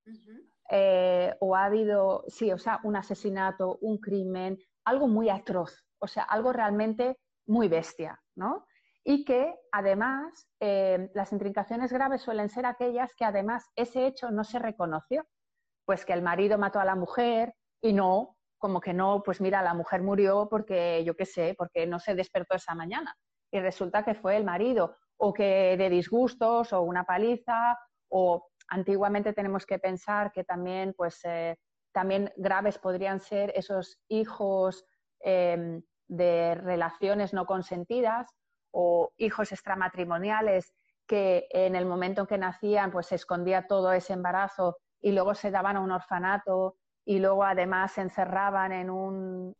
o ha habido, sí, o sea, un asesinato, un crimen, algo muy atroz, o sea, algo realmente muy bestia, ¿no? Y que además las intrincaciones graves suelen ser aquellas que además ese hecho no se reconoció, pues que el marido mató a la mujer y no, como que no, pues mira, la mujer murió porque yo qué sé, porque no se despertó esa mañana y resulta que fue el marido, o que de disgustos o una paliza, o antiguamente tenemos que pensar que también, pues, también graves podrían ser esos hijos de relaciones no consentidas o hijos extramatrimoniales que en el momento en que nacían pues se escondía todo ese embarazo y luego se daban a un orfanato y luego además se encerraban en un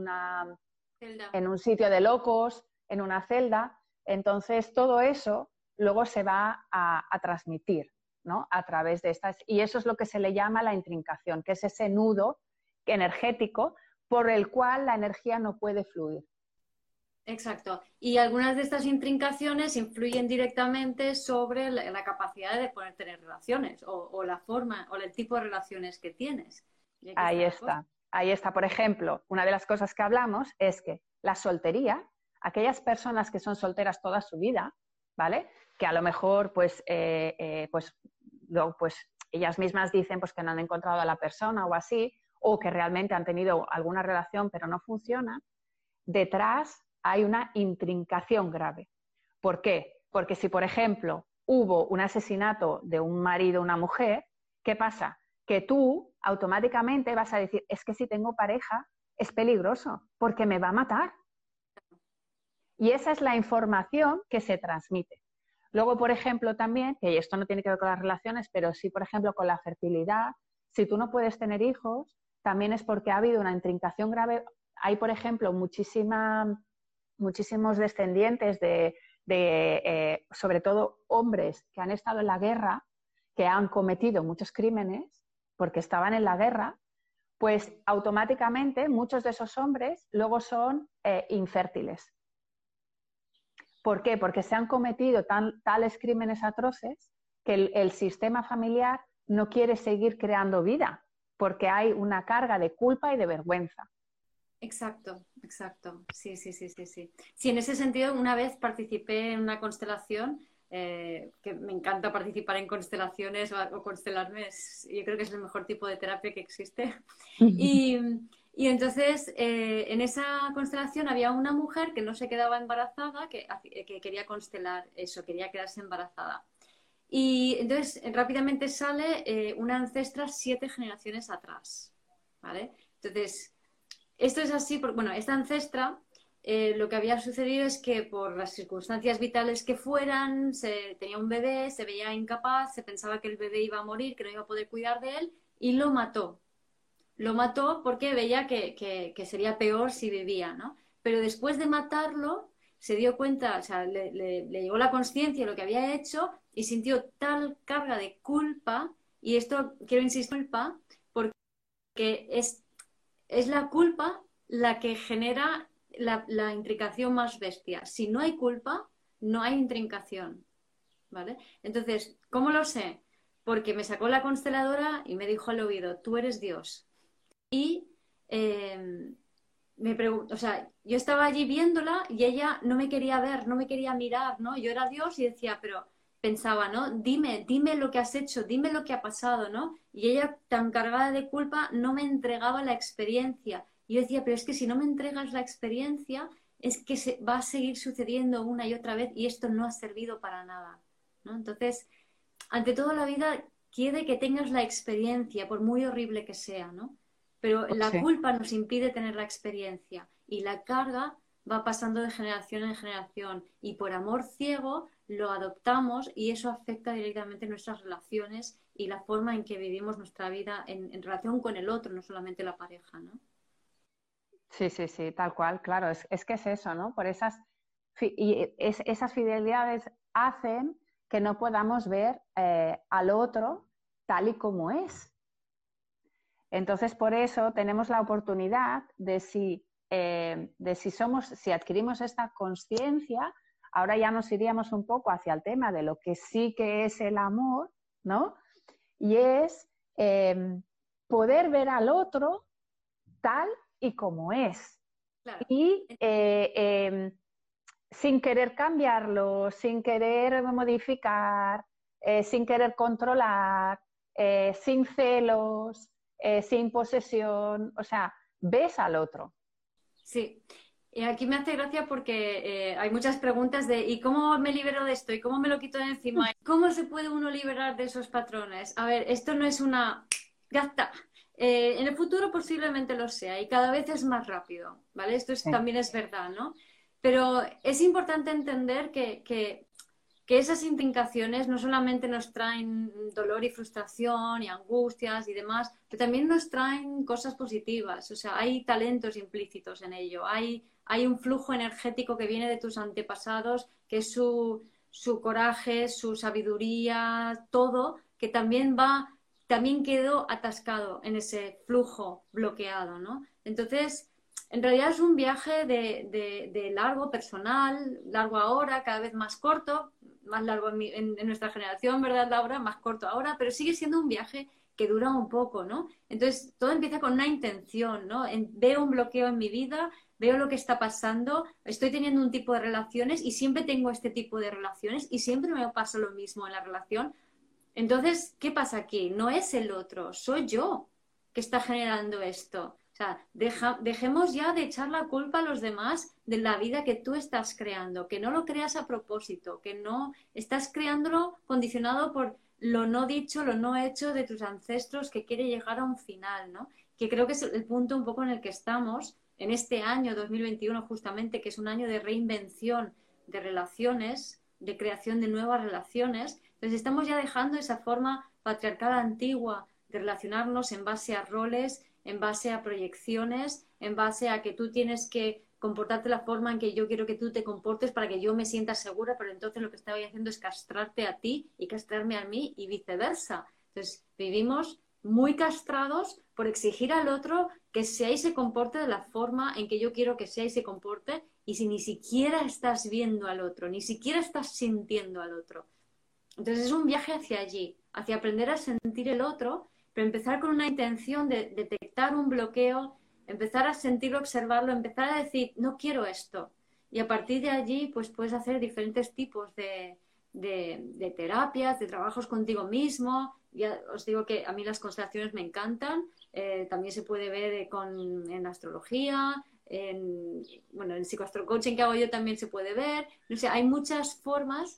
sitio de locos, en una celda. Entonces todo eso luego se va a transmitir, ¿no? A través de estas. Y eso es lo que se le llama la intrincación, que es ese nudo energético, por el cual la energía no puede fluir. Exacto. Y algunas de estas intrincaciones influyen directamente sobre la capacidad de poder tener relaciones o la forma o el tipo de relaciones que tienes. Y aquí Ahí está la cosa. está, ahí está. Por ejemplo, una de las cosas que hablamos es que la soltería, aquellas personas que son solteras toda su vida, ¿vale? Que a lo mejor, luego, pues ellas mismas dicen pues, que no han encontrado a la persona o así, o que realmente han tenido alguna relación pero no funciona, detrás hay una intrincación grave. ¿Por qué? Porque si, por ejemplo, hubo un asesinato de un marido o una mujer, ¿qué pasa? Que tú automáticamente vas a decir, es que si tengo pareja es peligroso porque me va a matar. Y esa es la información que se transmite. Luego, por ejemplo, también, que esto no tiene que ver con las relaciones, pero sí, por ejemplo, con la fertilidad, si tú no puedes tener hijos, también es porque ha habido una intrincación grave. Hay, por ejemplo, muchísimos descendientes sobre todo hombres que han estado en la guerra, que han cometido muchos crímenes porque estaban en la guerra, pues automáticamente muchos de esos hombres luego son infértiles. ¿Por qué? Porque se han cometido tales crímenes atroces que el sistema familiar no quiere seguir creando vida, porque hay una carga de culpa y de vergüenza. Exacto, exacto. Sí, sí, sí, sí, sí. Sí, en ese sentido, una vez participé en una constelación, que me encanta participar en constelaciones o constelarme, yo creo que es el mejor tipo de terapia que existe. Y, y entonces, en esa constelación había una mujer que no se quedaba embarazada, que quería constelar eso, quería quedarse embarazada. Y entonces rápidamente sale una ancestra 7 generaciones atrás, ¿vale? Entonces, esto es así, porque, bueno, esta ancestra, lo que había sucedido es que por las circunstancias vitales que fueran, tenía un bebé, se veía incapaz, se pensaba que el bebé iba a morir, que no iba a poder cuidar de él, y lo mató. Lo mató porque veía que sería peor si vivía, ¿no? Pero después de matarlo, se dio cuenta, o sea, le llegó la conciencia de lo que había hecho y sintió tal carga de culpa, y esto quiero insistir, culpa, porque es la culpa la que genera la intrincación más bestia. Si no hay culpa, no hay intrincación, ¿vale? Entonces, ¿cómo lo sé? Porque me sacó la consteladora y me dijo al oído, tú eres Dios. Y o sea, yo estaba allí viéndola y ella no me quería ver, no me quería mirar, ¿no? Yo era Dios y decía, pero pensaba, ¿no? Dime lo que has hecho, dime lo que ha pasado, ¿no? Y ella, tan cargada de culpa, no me entregaba la experiencia. Y yo decía, pero es que si no me entregas la experiencia, es que va a seguir sucediendo una y otra vez y esto no ha servido para nada, ¿no? Entonces, ante todo la vida quiere que tengas la experiencia, por muy horrible que sea, ¿no? Pero Pues la sí. culpa nos impide tener la experiencia y la carga va pasando de generación en generación y por amor ciego lo adoptamos y eso afecta directamente nuestras relaciones y la forma en que vivimos nuestra vida en relación con el otro, no solamente la pareja, ¿no? Sí, sí, sí, tal cual, claro, es que es eso, ¿no? Por esas fidelidades hacen que no podamos ver al otro tal y como es. Entonces, por eso tenemos la oportunidad si adquirimos esta conciencia, ahora ya nos iríamos un poco hacia el tema de lo que sí que es el amor, ¿no? Y es poder ver al otro tal y como es. Claro. Y sin querer cambiarlo, sin querer modificar, sin querer controlar, sin celos, sin posesión, o sea, ves al otro. Sí, y aquí me hace gracia porque hay muchas preguntas de ¿y cómo me libero de esto? ¿Y cómo me lo quito de encima? ¿Cómo se puede uno liberar de esos patrones? A ver, esto no es una gasta. En el futuro posiblemente lo sea y cada vez es más rápido, ¿vale? Sí, También es verdad, ¿no? Pero es importante entender que esas intrincaciones no solamente nos traen dolor y frustración y angustias y demás, pero también nos traen cosas positivas. O sea, hay talentos implícitos en ello, hay un flujo energético que viene de tus antepasados, que es su coraje, su sabiduría, todo, que también quedó atascado en ese flujo bloqueado, ¿no? Entonces, en realidad es un viaje de largo, personal, largo ahora, cada vez más corto, más largo en nuestra generación, ¿verdad, Laura? Más corto ahora, pero sigue siendo un viaje que dura un poco, ¿no? Entonces, todo empieza con una intención, ¿no? Veo un bloqueo en mi vida, veo lo que está pasando, estoy teniendo un tipo de relaciones y siempre tengo este tipo de relaciones y siempre me pasa lo mismo en la relación. Entonces, ¿qué pasa aquí? No es el otro, soy yo que está generando esto. O sea, dejemos ya de echar la culpa a los demás de la vida que tú estás creando, que no lo creas a propósito, que no estás creándolo condicionado por lo no dicho, lo no hecho de tus ancestros que quiere llegar a un final, ¿no? Que creo que es el punto un poco en el que estamos en este año 2021 justamente, que es un año de reinvención de relaciones, de creación de nuevas relaciones. Entonces estamos ya dejando esa forma patriarcal antigua de relacionarnos en base a roles, en base a proyecciones, en base a que tú tienes que comportarte la forma en que yo quiero que tú te comportes para que yo me sienta segura, pero entonces lo que estoy haciendo es castrarte a ti y castrarme a mí y viceversa. Entonces vivimos muy castrados por exigir al otro que sea y se comporte de la forma en que yo quiero que sea y se comporte, y si ni siquiera estás viendo al otro, ni siquiera estás sintiendo al otro. Entonces es un viaje hacia allí, hacia aprender a sentir el otro, pero empezar con una intención de detectar un bloqueo, empezar a sentirlo, observarlo, empezar a decir, no quiero esto. Y a partir de allí, pues puedes hacer diferentes tipos de terapias, de trabajos contigo mismo. Ya os digo que a mí las constelaciones me encantan. También se puede ver en astrología, bueno, en psicoastrocoaching que hago yo también se puede ver. No sé, hay muchas formas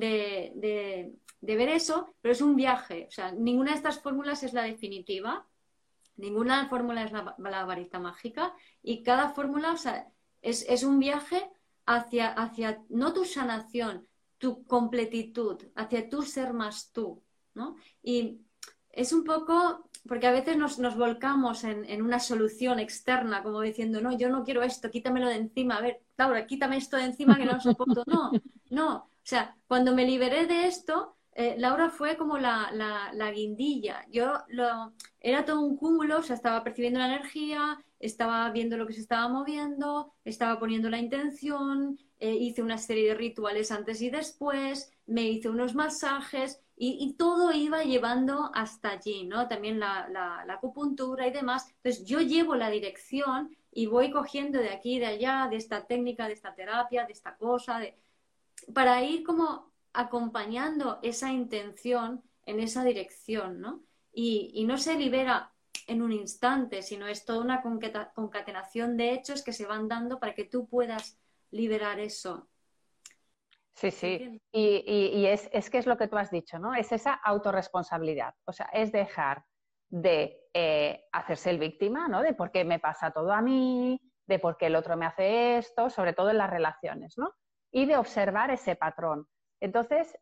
de ver eso, pero es un viaje. O sea, ninguna de estas fórmulas es la definitiva, ninguna fórmula es la varita mágica, y cada fórmula, o sea, es un viaje hacia no tu sanación, tu completitud, hacia tu ser más tú, ¿no? Y es un poco, porque a veces nos volcamos en una solución externa, como diciendo, no, yo no quiero esto, quítamelo de encima, a ver, Laura, quítame esto de encima que no lo soporto. No, no, o sea, cuando me liberé de esto, Laura fue como la guindilla. Era todo un cúmulo, o sea, estaba percibiendo la energía, estaba viendo lo que se estaba moviendo, estaba poniendo la intención, hice una serie de rituales antes y después, me hice unos masajes y todo iba llevando hasta allí, ¿no? También la acupuntura y demás. Entonces yo llevo la dirección y voy cogiendo de aquí y de allá, de esta técnica, de esta terapia, de esta cosa, para ir como acompañando esa intención en esa dirección, ¿no? Y no se libera en un instante, sino es toda una concatenación de hechos que se van dando para que tú puedas liberar eso. Sí, sí. Y es que es lo que tú has dicho, ¿no? Es esa autorresponsabilidad. O sea, es dejar de hacerse el víctima, ¿no? De por qué me pasa todo a mí, de por qué el otro me hace esto, sobre todo en las relaciones, ¿no? Y de observar ese patrón. Entonces,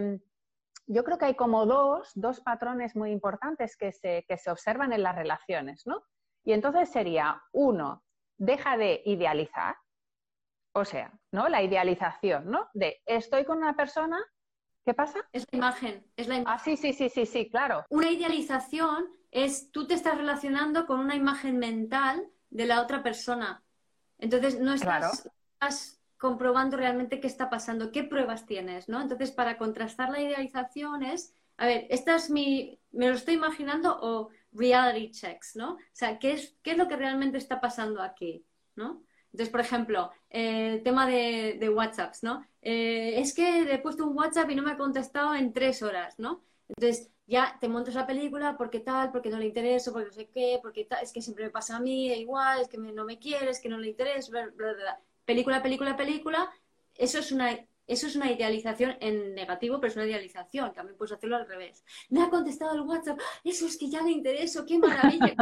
yo creo que hay como dos patrones muy importantes que se observan en las relaciones, ¿no? Y entonces sería, uno, deja de idealizar. O sea, ¿no? La idealización, ¿no? De estoy con una persona, ¿qué pasa? Es la imagen, es la imagen. Ah, sí, claro. Una idealización es tú te estás relacionando con una imagen mental de la otra persona. Entonces no estás comprobando realmente qué está pasando, qué pruebas tienes, ¿no? Entonces, para contrastar la idealización es, a ver, me lo estoy imaginando o reality checks, ¿no? O sea, ¿qué es lo que realmente está pasando aquí, ¿no? Entonces, por ejemplo, el tema de WhatsApps, ¿no? Es que le he puesto un WhatsApp y no me ha contestado en 3 horas, ¿no? Entonces, ya te montas la película porque tal, porque no le intereso, porque no sé qué, porque tal, es que siempre me pasa a mí, igual, es que no me quiere, es que no le interesa, bla, bla, bla. Película, película, película. Eso es una idealización en negativo, pero es una idealización. También puedes hacerlo al revés. Me ha contestado el WhatsApp, eso es que ya le intereso, qué maravilla.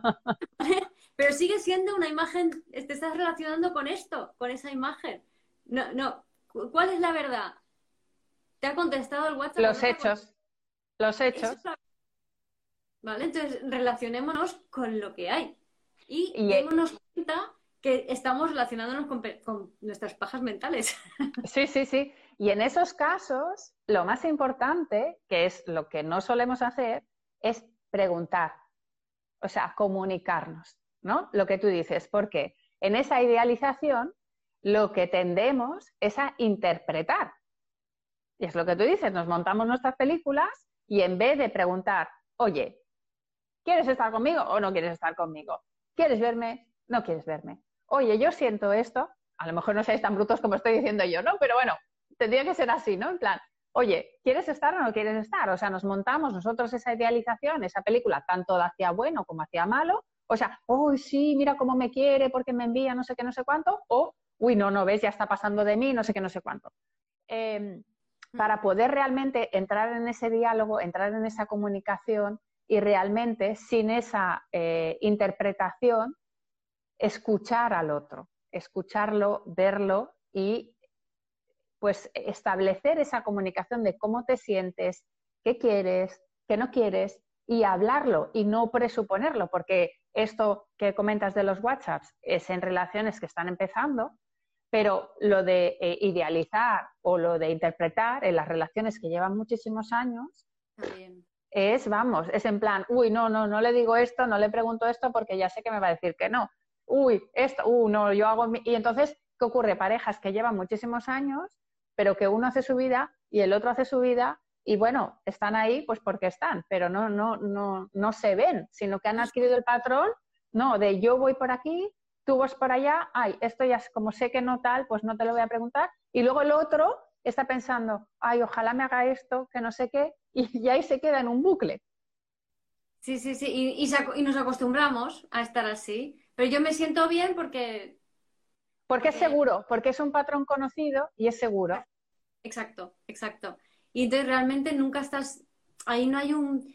Pero sigue siendo una imagen, te estás relacionando con esto, con esa imagen. No, no. ¿Cuál es la verdad? ¿Te ha contestado el WhatsApp? Los hechos. Los hechos. ¿Vale? Entonces, relacionémonos con lo que hay y démonos cuenta que estamos relacionándonos con nuestras pajas mentales. Sí. Y en esos casos, lo más importante, que es lo que no solemos hacer, es preguntar, o sea, comunicarnos. ¿no? Lo que tú dices, porque en esa idealización lo que tendemos es a interpretar. Y es lo que tú dices, nos montamos nuestras películas y en vez de preguntar, oye, ¿quieres estar conmigo o no quieres estar conmigo? ¿Quieres verme? ¿No quieres verme? Oye, yo siento esto, a lo mejor no seáis tan brutos como estoy diciendo yo, ¿no? Pero bueno, tendría que ser así, ¿no? En plan, oye, ¿quieres estar o no quieres estar? O sea, nos montamos nosotros esa idealización, esa película, tanto hacia bueno como hacia malo. O sea, uy, sí, mira cómo me quiere porque me envía no sé qué, no sé cuánto. O, uy, no, no ves, ya está pasando de mí, no sé qué, no sé cuánto. Para poder realmente entrar en ese diálogo, entrar en esa comunicación y realmente sin esa interpretación, escuchar al otro, escucharlo, verlo y pues establecer esa comunicación de cómo te sientes, qué quieres, qué no quieres y hablarlo y no presuponerlo, porque esto que comentas de los WhatsApps es en relaciones que están empezando, pero lo de idealizar o lo de interpretar en las relaciones que llevan muchísimos años es, vamos, es en plan, uy, no, no, no le digo esto, no le pregunto esto porque ya sé que me va a decir que no. Uy, esto, no, yo hago... Y entonces, ¿qué ocurre? Parejas que llevan muchísimos años, pero que uno hace su vida y el otro hace su vida y bueno, están ahí pues porque están, pero no se ven, sino que han adquirido el patrón, no, de yo voy por aquí, tú vas por allá, ay, esto ya es como sé que no tal, pues no te lo voy a preguntar. Y luego el otro está pensando, ay, ojalá me haga esto, que no sé qué, y ahí se queda en un bucle. Sí, sí, sí, y nos acostumbramos a estar así, pero yo me siento bien Porque es porque seguro, porque es un patrón conocido y es seguro. exacto, exacto. Y entonces realmente nunca estás, ahí no hay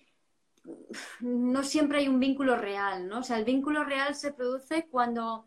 no siempre hay un vínculo real, ¿no? O sea, el vínculo real se produce cuando,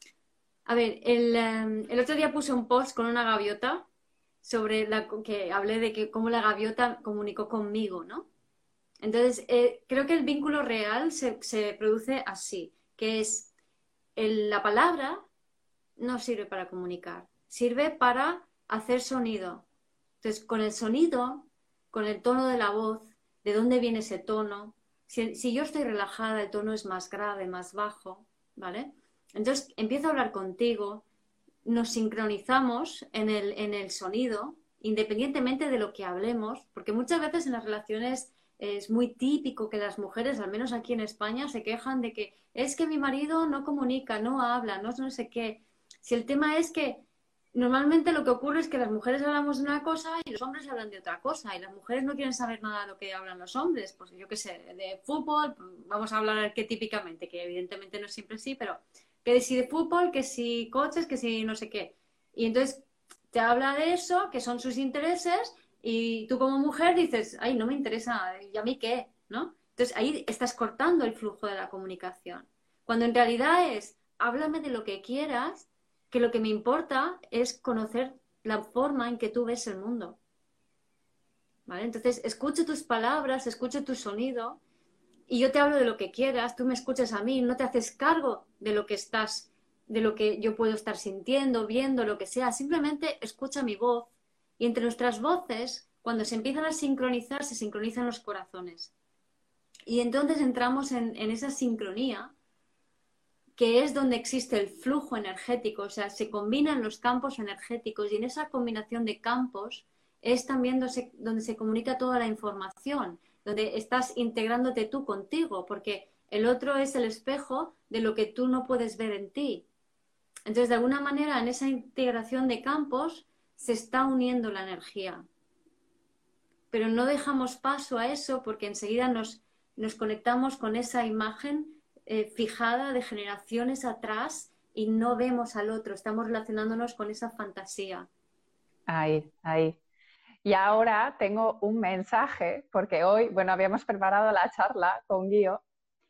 a ver, el otro día puse un post con una gaviota sobre que hablé de que cómo la gaviota comunicó conmigo, ¿no? Entonces, creo que el vínculo real se produce así, que es la palabra no sirve para comunicar, sirve para hacer sonido. Entonces, con el sonido, con el tono de la voz, de dónde viene ese tono, si yo estoy relajada, el tono es más grave, más bajo, ¿vale? Entonces, empiezo a hablar contigo, nos sincronizamos en el sonido, independientemente de lo que hablemos, porque muchas veces en las relaciones es muy típico que las mujeres, al menos aquí en España, se quejan de que es que mi marido no comunica, no habla, no sé qué. Si el tema es que normalmente lo que ocurre es que las mujeres hablamos de una cosa y los hombres hablan de otra cosa, y las mujeres no quieren saber nada de lo que hablan los hombres, pues yo qué sé, de fútbol, vamos a hablar que típicamente, que evidentemente no siempre sí, pero que si de fútbol, que si coches, que si no sé qué. Y entonces te habla de eso, que son sus intereses, y tú como mujer dices, ay, no me interesa, ¿y a mí qué? ¿No? Entonces ahí estás cortando el flujo de la comunicación. Cuando en realidad es, háblame de lo que quieras, que lo que me importa es conocer la forma en que tú ves el mundo. ¿Vale? Entonces, escucho tus palabras, escucho tu sonido y yo te hablo de lo que quieras, tú me escuchas a mí, no te haces cargo de lo que estás, de lo que yo puedo estar sintiendo, viendo, lo que sea, simplemente escucha mi voz y entre nuestras voces, cuando se empiezan a sincronizar, se sincronizan los corazones. Y entonces entramos en esa sincronía, que es donde existe el flujo energético, o sea, se combinan los campos energéticos y en esa combinación de campos es también donde se comunica toda la información, donde estás integrándote tú contigo, porque el otro es el espejo de lo que tú no puedes ver en ti. Entonces, de alguna manera, en esa integración de campos se está uniendo la energía. Pero no dejamos paso a eso porque enseguida nos conectamos con esa imagen fijada de generaciones atrás y no vemos al otro, estamos relacionándonos con esa fantasía. Ahí, ahí. Y ahora tengo un mensaje, porque hoy, bueno, habíamos preparado la charla con Guío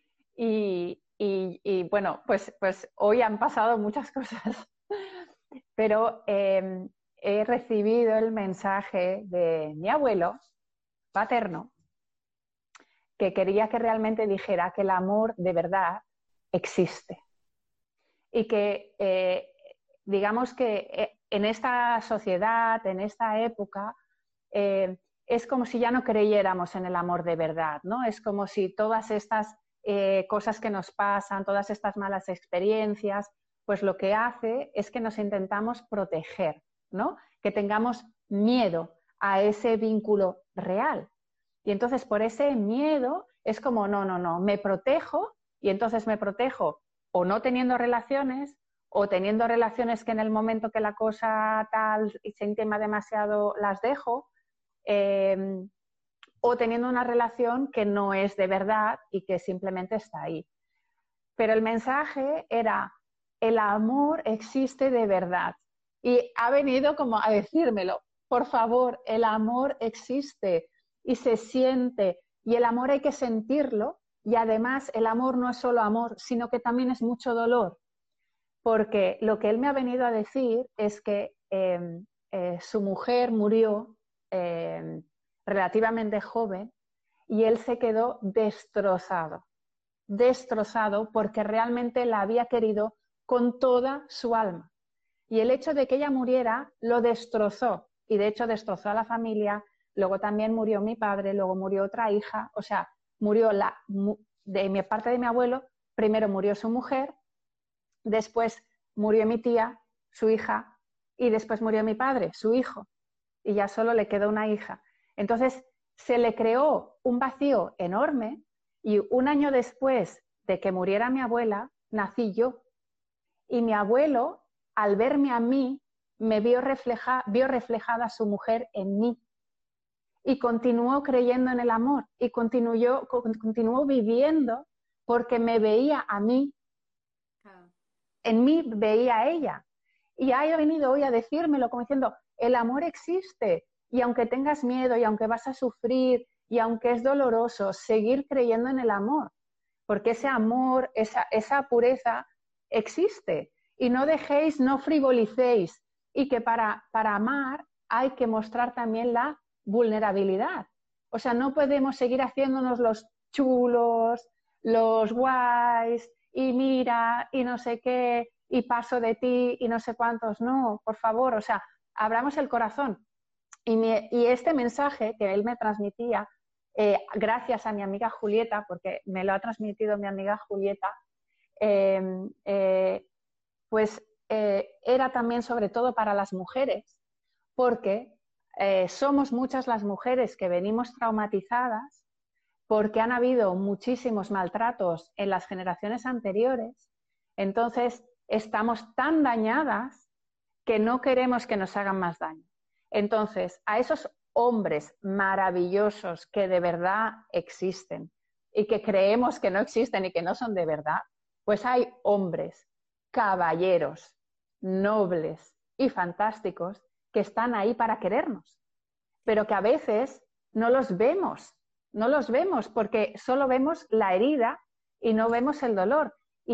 y bueno, pues hoy han pasado muchas cosas, pero he recibido el mensaje de mi abuelo paterno que quería que realmente dijera que el amor de verdad existe y que digamos que en esta sociedad, en esta época, es como si ya no creyéramos en el amor de verdad, ¿no? Es como si todas estas cosas que nos pasan, todas estas malas experiencias, pues lo que hace es que nos intentamos proteger, ¿no? Que tengamos miedo a ese vínculo real. Y entonces por ese miedo es como, no, no, no, me protejo y entonces me protejo o no teniendo relaciones o teniendo relaciones que en el momento que la cosa tal y se intima demasiado las dejo, o teniendo una relación que no es de verdad y que simplemente está ahí. Pero el mensaje era, el amor existe de verdad. Y ha venido como a decírmelo, por favor, el amor existe y se siente, y el amor hay que sentirlo, y además el amor no es solo amor, sino que también es mucho dolor, porque lo que él me ha venido a decir es que su mujer murió relativamente joven y él se quedó destrozado, destrozado porque realmente la había querido con toda su alma. Y el hecho de que ella muriera lo destrozó, y de hecho destrozó a la familia, luego también murió mi padre, luego murió otra hija, o sea, murió de mi parte de mi abuelo, primero murió su mujer, después murió mi tía, su hija, y después murió mi padre, su hijo, y ya solo le quedó una hija. Entonces se le creó un vacío enorme y un año después de que muriera mi abuela, nací yo. Y mi abuelo, al verme a mí, vio reflejada su mujer en mí. Y continuó creyendo en el amor y continuó viviendo porque me veía a mí, en mí veía a ella. Y ha venido hoy a decírmelo como diciendo, el amor existe y aunque tengas miedo y aunque vas a sufrir y aunque es doloroso, seguir creyendo en el amor, porque ese amor, esa pureza existe. Y no dejéis, no frivolicéis. Y que para amar hay que mostrar también la vulnerabilidad. O sea, no podemos seguir haciéndonos los chulos, los guays, y mira, y no sé qué, y paso de ti, y no sé cuántos. No, por favor, o sea, abramos el corazón. Y este mensaje que él me transmitía, gracias a mi amiga Julieta, porque me lo ha transmitido mi amiga Julieta, eh, eh, pues era también sobre todo para las mujeres, porque somos muchas las mujeres que venimos traumatizadas porque han habido muchísimos maltratos en las generaciones anteriores, entonces estamos tan dañadas que no queremos que nos hagan más daño. Entonces, a esos hombres maravillosos que de verdad existen y que creemos que no existen y que no son de verdad, pues hay hombres, caballeros, nobles y fantásticos que están ahí para querernos, pero que a veces no los vemos, no los vemos porque solo vemos la herida y no vemos el dolor.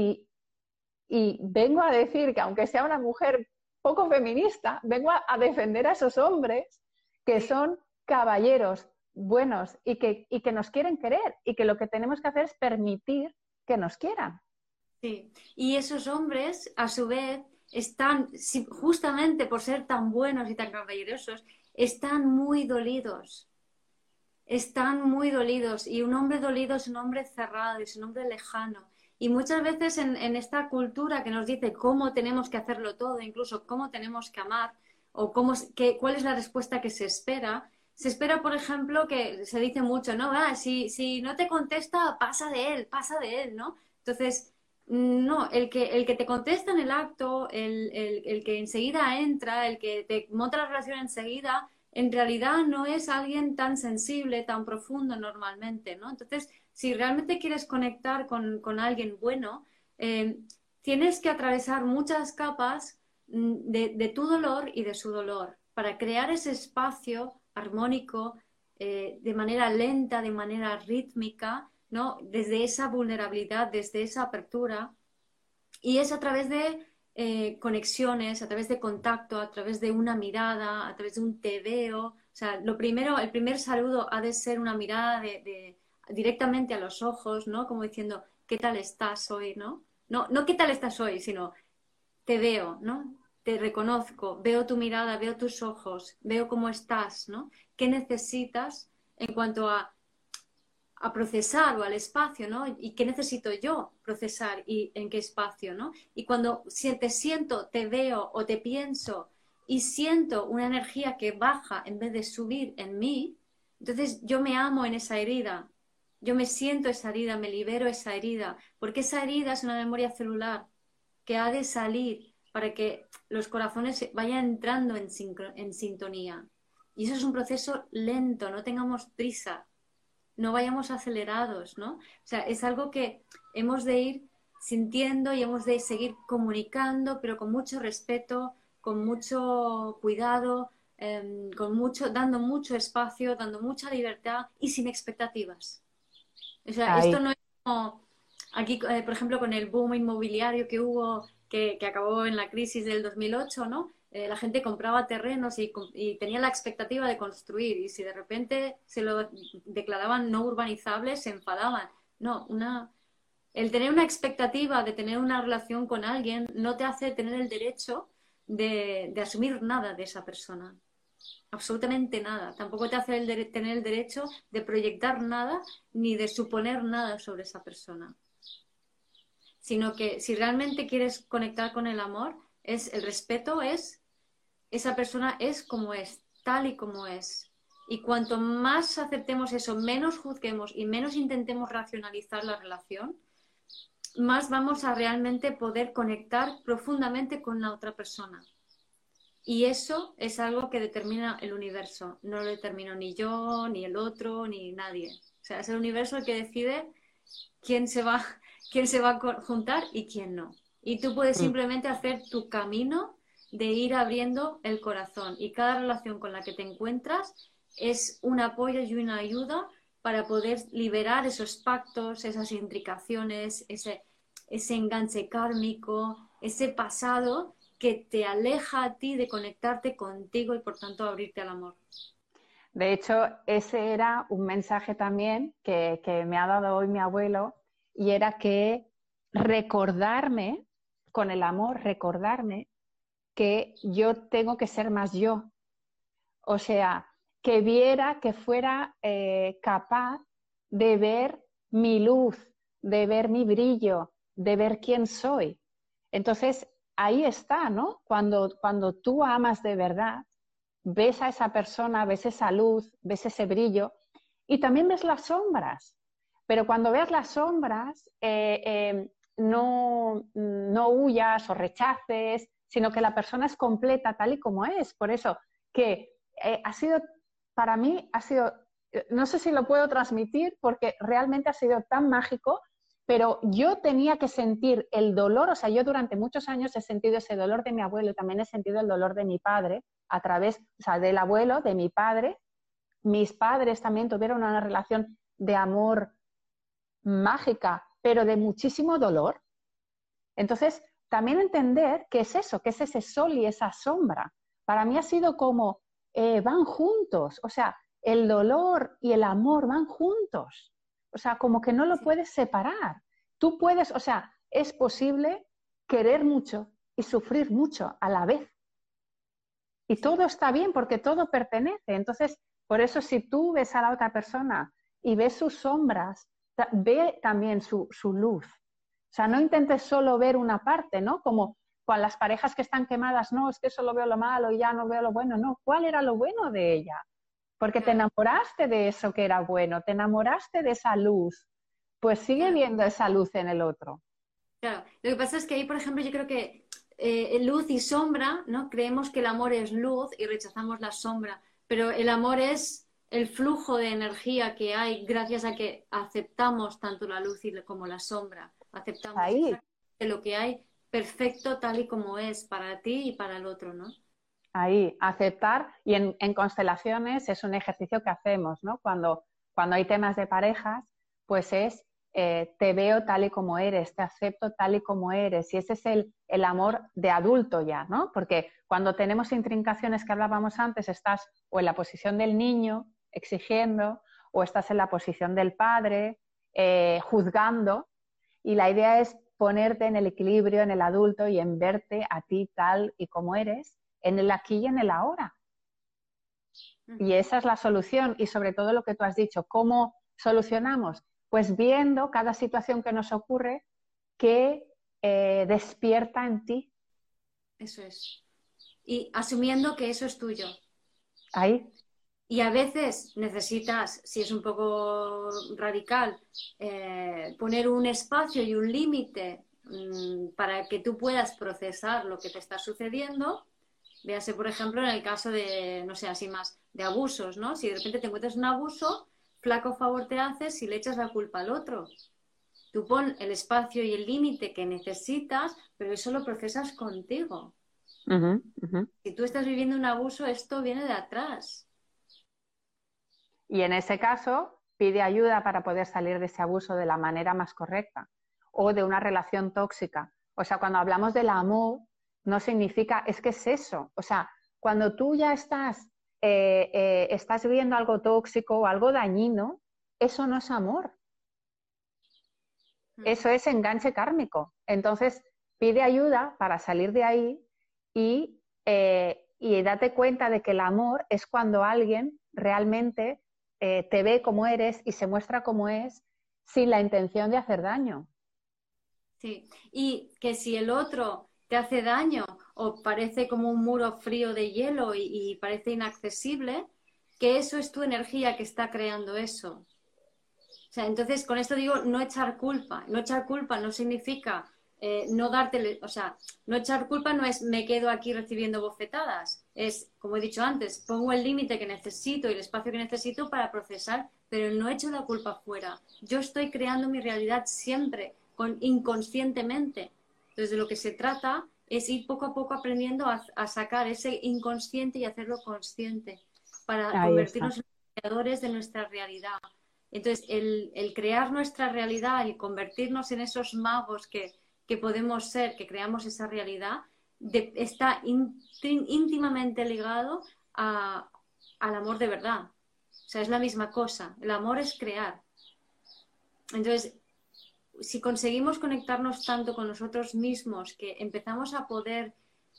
Y vengo a decir que aunque sea una mujer poco feminista, vengo a defender a esos hombres que son caballeros buenos y que nos quieren querer y que lo que tenemos que hacer es permitir que nos quieran. Sí, y esos hombres, a su vez, están, justamente por ser tan buenos y tan caballerosos, están muy dolidos. Están muy dolidos. Y un hombre dolido es un hombre cerrado, es un hombre lejano. Y muchas veces en esta cultura que nos dice cómo tenemos que hacerlo todo, incluso cómo tenemos que amar, o cuál es la respuesta que se espera, por ejemplo, que se dice mucho, ¿no? Si no te contesta, pasa de él, ¿no? Entonces, no, el que te contesta en el acto, el que enseguida entra, el que te monta la relación enseguida, en realidad no es alguien tan sensible, tan profundo normalmente, ¿no? Entonces, si realmente quieres conectar con alguien bueno, eh, tienes que atravesar muchas capas de tu dolor y de su dolor para crear ese espacio armónico de manera lenta, de manera rítmica, ¿no? Desde esa vulnerabilidad, desde esa apertura. Y es a través de conexiones, a través de contacto, a través de una mirada, a través de un te veo. O sea, lo primero, el primer saludo ha de ser una mirada directamente a los ojos, ¿no? Como diciendo, ¿qué tal estás hoy, no? No, no qué tal estás hoy, sino te veo, ¿no? Te reconozco, veo tu mirada, veo tus ojos, veo cómo estás, ¿no? ¿Qué necesitas en cuanto a procesar o al espacio, ¿no? ¿Y qué necesito yo procesar y en qué espacio, ¿no? Y cuando te siento, te veo o te pienso y siento una energía que baja en vez de subir en mí, entonces yo me amo en esa herida, yo me siento esa herida, me libero esa herida, porque esa herida es una memoria celular que ha de salir para que los corazones vayan entrando en sintonía. Y eso es un proceso lento, no tengamos prisa, no vayamos acelerados, ¿no? O sea, es algo que hemos de ir sintiendo y hemos de seguir comunicando, pero con mucho respeto, con mucho cuidado, dando mucho espacio, dando mucha libertad y sin expectativas. O sea, esto Ahí. no es como aquí, por ejemplo, con el boom inmobiliario que hubo, que acabó en la crisis del 2008, ¿no? La gente compraba terrenos y tenía la expectativa de construir y si de repente se lo declaraban no urbanizables, se enfadaban. No, el tener una expectativa de tener una relación con alguien no te hace tener el derecho de asumir nada de esa persona. Absolutamente nada. Tampoco te hace tener el derecho de proyectar nada ni de suponer nada sobre esa persona. Sino que si realmente quieres conectar con el amor, el respeto es, esa persona es como es, tal y como es. Y cuanto más aceptemos eso, menos juzguemos y menos intentemos racionalizar la relación, más vamos a realmente poder conectar profundamente con la otra persona. Y eso es algo que determina el universo. No lo determino ni yo, ni el otro, ni nadie. O sea, es el universo el que decide quién se va, quién se va a juntar y quién no. Y tú puedes Mm. simplemente hacer tu camino de ir abriendo el corazón. Y cada relación con la que te encuentras es un apoyo y una ayuda para poder liberar esos pactos, esas intricaciones, ese enganche kármico, ese pasado que te aleja a ti de conectarte contigo y por tanto abrirte al amor. De hecho, ese era un mensaje también que me ha dado hoy mi abuelo y era que recordarme, con el amor, recordarme que yo tengo que ser más yo. O sea, que viera, que fuera capaz de ver mi luz, de ver mi brillo, de ver quién soy. Entonces, ahí está, ¿no? Cuando tú amas de verdad, ves a esa persona, ves esa luz, ves ese brillo y también ves las sombras. Pero cuando ves las sombras, no huyas o rechaces, sino que la persona es completa tal y como es. Por eso que ha sido, para mí, ha sido, no sé si lo puedo transmitir porque realmente ha sido tan mágico, pero yo tenía que sentir el dolor, o sea, yo durante muchos años he sentido ese dolor de mi abuelo y también he sentido el dolor de mi padre a través, o sea, del abuelo, de mi padre. Mis padres también tuvieron una relación de amor mágica, pero de muchísimo dolor. Entonces, también entender qué es eso, qué es ese sol y esa sombra. Para mí ha sido como, van juntos, o sea, el dolor y el amor van juntos. O sea, como que no lo Sí. puedes separar. Tú puedes, o sea, es posible querer mucho y sufrir mucho a la vez. Y Sí. todo está bien porque todo pertenece. Entonces, por eso si tú ves a la otra persona y ves sus sombras, ve también su luz. O sea, no intentes solo ver una parte, ¿no? Como con las parejas que están quemadas, no, es que solo veo lo malo y ya no veo lo bueno. No, ¿cuál era lo bueno de ella? Porque te Claro, enamoraste de eso que era bueno, te enamoraste de esa luz. Pues sigue claro. viendo esa luz en el otro. Claro, lo que pasa es que ahí, por ejemplo, yo creo que luz y sombra, ¿no? Creemos que el amor es luz y rechazamos la sombra, pero el amor es el flujo de energía que hay gracias a que aceptamos tanto la luz como la sombra, aceptamos Ahí, exactamente lo que hay perfecto tal y como es para ti y para el otro, ¿no? ahí, aceptar. Y en constelaciones es un ejercicio que hacemos, ¿no? Cuando hay temas de parejas, pues es te veo tal y como eres, te acepto tal y como eres. Y ese es el amor de adulto ya, ¿no? Porque cuando tenemos intrincaciones que hablábamos antes, estás o en la posición del niño exigiendo, o estás en la posición del padre juzgando. Y la idea es ponerte en el equilibrio, en el adulto y en verte a ti tal y como eres, en el aquí y en el ahora. Y Ujú. esa es la solución y sobre todo lo que tú has dicho, cómo solucionamos? Pues viendo cada situación que nos ocurre que despierta en ti. Eso es. Y asumiendo que eso es tuyo. Ahí. Y a veces necesitas, si es un poco radical, poner un espacio y un límite para que tú puedas procesar lo que te está sucediendo. Véase, por ejemplo, en el caso de, no sé, así más, de abusos, ¿no? Si de repente te encuentras un abuso, flaco favor te haces si le echas la culpa al otro. Tú pon el espacio y el límite que necesitas, pero eso lo procesas contigo. Si tú estás viviendo un abuso, esto viene de atrás. Y en ese caso, pide ayuda para poder salir de ese abuso de la manera más correcta o de una relación tóxica. O sea, cuando hablamos del amor, no significa, es que es eso. O sea, cuando tú ya estás viviendo algo tóxico o algo dañino, eso no es amor. Eso es enganche kármico. Entonces, pide ayuda para salir de ahí y date cuenta de que el amor es cuando alguien realmente te ve como eres y se muestra como es sin la intención de hacer daño. Sí, y que si el otro te hace daño o parece como un muro frío de hielo y parece inaccesible, que eso es tu energía que está creando eso. O sea, entonces con esto digo no echar culpa. No echar culpa no significa no darte, o sea, no echar culpa no es me quedo aquí recibiendo bofetadas. Es, como he dicho antes, pongo el límite que necesito y el espacio que necesito para procesar, pero no echo la culpa fuera. Yo estoy creando mi realidad siempre, inconscientemente. Entonces, de lo que se trata es ir poco a poco aprendiendo a sacar ese inconsciente y hacerlo consciente para Ahí está. convertirnos en creadores de nuestra realidad. Entonces, el crear nuestra realidad y convertirnos en esos magos que podemos ser, que creamos esa realidad, está íntimamente ligado al amor de verdad. O sea, es la misma cosa. El amor es crear. Entonces, si conseguimos conectarnos tanto con nosotros mismos que empezamos a poder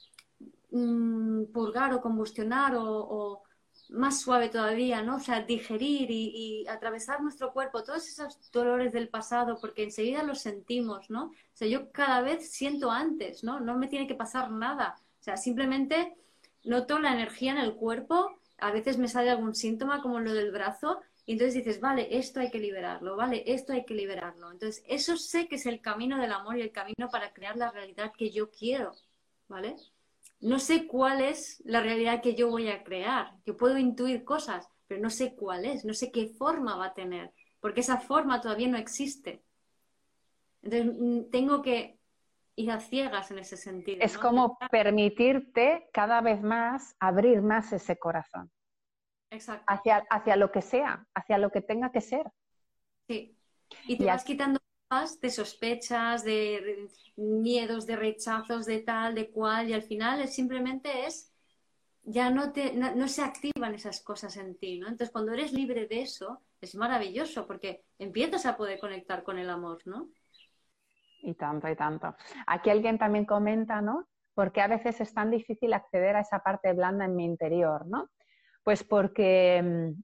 purgar o combustionar o más suave todavía, ¿no? O sea, digerir y atravesar nuestro cuerpo, todos esos dolores del pasado, porque enseguida los sentimos, ¿no? O sea, yo cada vez siento antes, ¿no? No me tiene que pasar nada. O sea, simplemente noto la energía en el cuerpo, a veces me sale algún síntoma como lo del brazo, y entonces dices, vale, esto hay que liberarlo, vale, esto hay que liberarlo. Entonces, eso sé que es el camino del amor y el camino para crear la realidad que yo quiero, ¿vale? No sé cuál es la realidad que yo voy a crear. Yo puedo intuir cosas, pero no sé cuál es, no sé qué forma va a tener, porque esa forma todavía no existe. Entonces, tengo que ir a ciegas en ese sentido, Es ¿no? como permitirte cada vez más abrir más ese corazón Exacto. hacia lo que sea, hacia lo que tenga que ser. Sí. Y te Y vas quitando más de sospechas, de miedos, de rechazos, de tal, de cual, y al final simplemente es ya no se activan esas cosas en ti, ¿no? Entonces, cuando eres libre de eso, es maravilloso porque empiezas a poder conectar con el amor, ¿no? Y tanto, y tanto. Aquí alguien también comenta, ¿no? ¿Por qué a veces es tan difícil acceder a esa parte blanda en mi interior, ¿no? Pues porque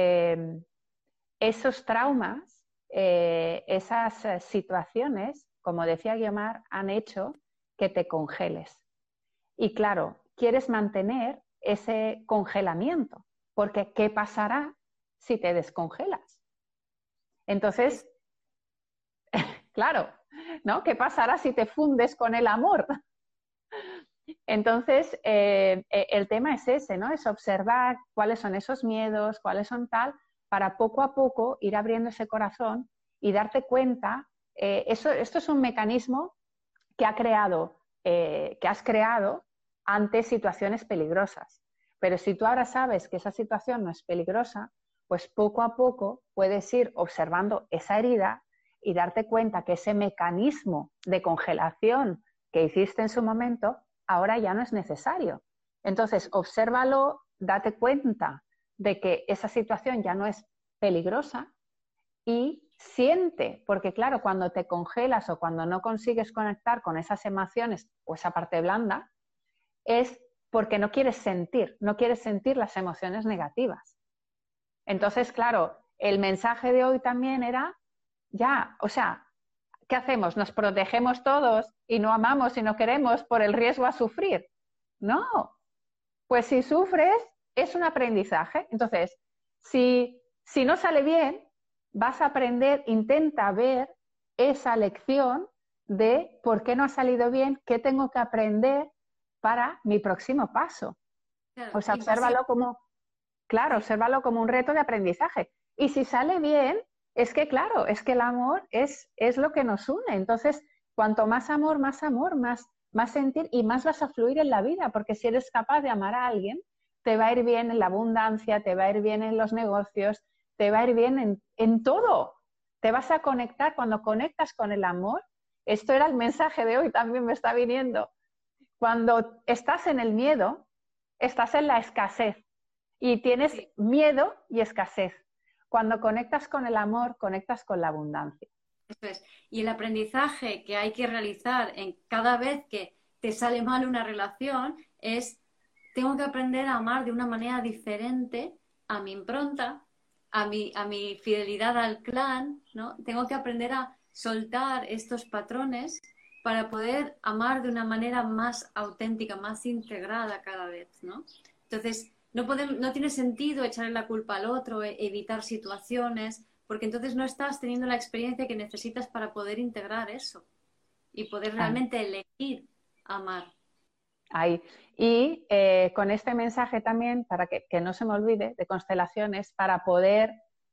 esos traumas, esas situaciones, como decía Guiomar, han hecho que te congeles. Y claro, quieres mantener ese congelamiento, porque ¿qué pasará si te descongelas? Entonces, claro, ¿no? ¿Qué pasará si te fundes con el amor? Entonces, el tema es ese, ¿no? Es observar cuáles son esos miedos, cuáles son tal, para poco a poco ir abriendo ese corazón y darte cuenta. Esto es un mecanismo que que has creado ante situaciones peligrosas. Pero si tú ahora sabes que esa situación no es peligrosa, pues poco a poco puedes ir observando esa herida y darte cuenta que ese mecanismo de congelación que hiciste en su momento ahora ya no es necesario. Entonces, obsérvalo, date cuenta de que esa situación ya no es peligrosa y siente, porque claro, cuando te congelas o cuando no consigues conectar con esas emociones o esa parte blanda, es porque no quieres sentir las emociones negativas. Entonces, claro, el mensaje de hoy también era, ya, o sea, ¿qué hacemos? ¿Nos protegemos todos y no amamos y no queremos por el riesgo a sufrir? No, pues si sufres es un aprendizaje. Entonces, si no sale bien, vas a aprender, intenta ver esa lección de por qué no ha salido bien, qué tengo que aprender para mi próximo paso. Claro, O sea, obsérvalo como, claro, obsérvalo como un reto de aprendizaje. Y si sale bien, es que claro, es que el amor es lo que nos une. Entonces, cuanto más amor, más sentir y más vas a fluir en la vida, porque si eres capaz de amar a alguien, te va a ir bien en la abundancia, te va a ir bien en los negocios, te va a ir bien en todo. Te vas a conectar, cuando conectas con el amor, esto era el mensaje de hoy, también me está viniendo. Cuando estás en el miedo, estás en la escasez y tienes miedo y escasez. Cuando conectas con el amor, conectas con la abundancia. Eso es. Y el aprendizaje que hay que realizar en cada vez que te sale mal una relación es, tengo que aprender a amar de una manera diferente a mi impronta, a mi fidelidad al clan, ¿no? Tengo que aprender a soltar estos patrones para poder amar de una manera más auténtica, más integrada cada vez, ¿no? Entonces, no tiene sentido echarle la culpa al otro, evitar situaciones, porque entonces no estás teniendo la experiencia que necesitas para poder integrar eso y poder realmente elegir amar. Ahí. Y con este mensaje también, para que no se me olvide, de constelaciones, para poder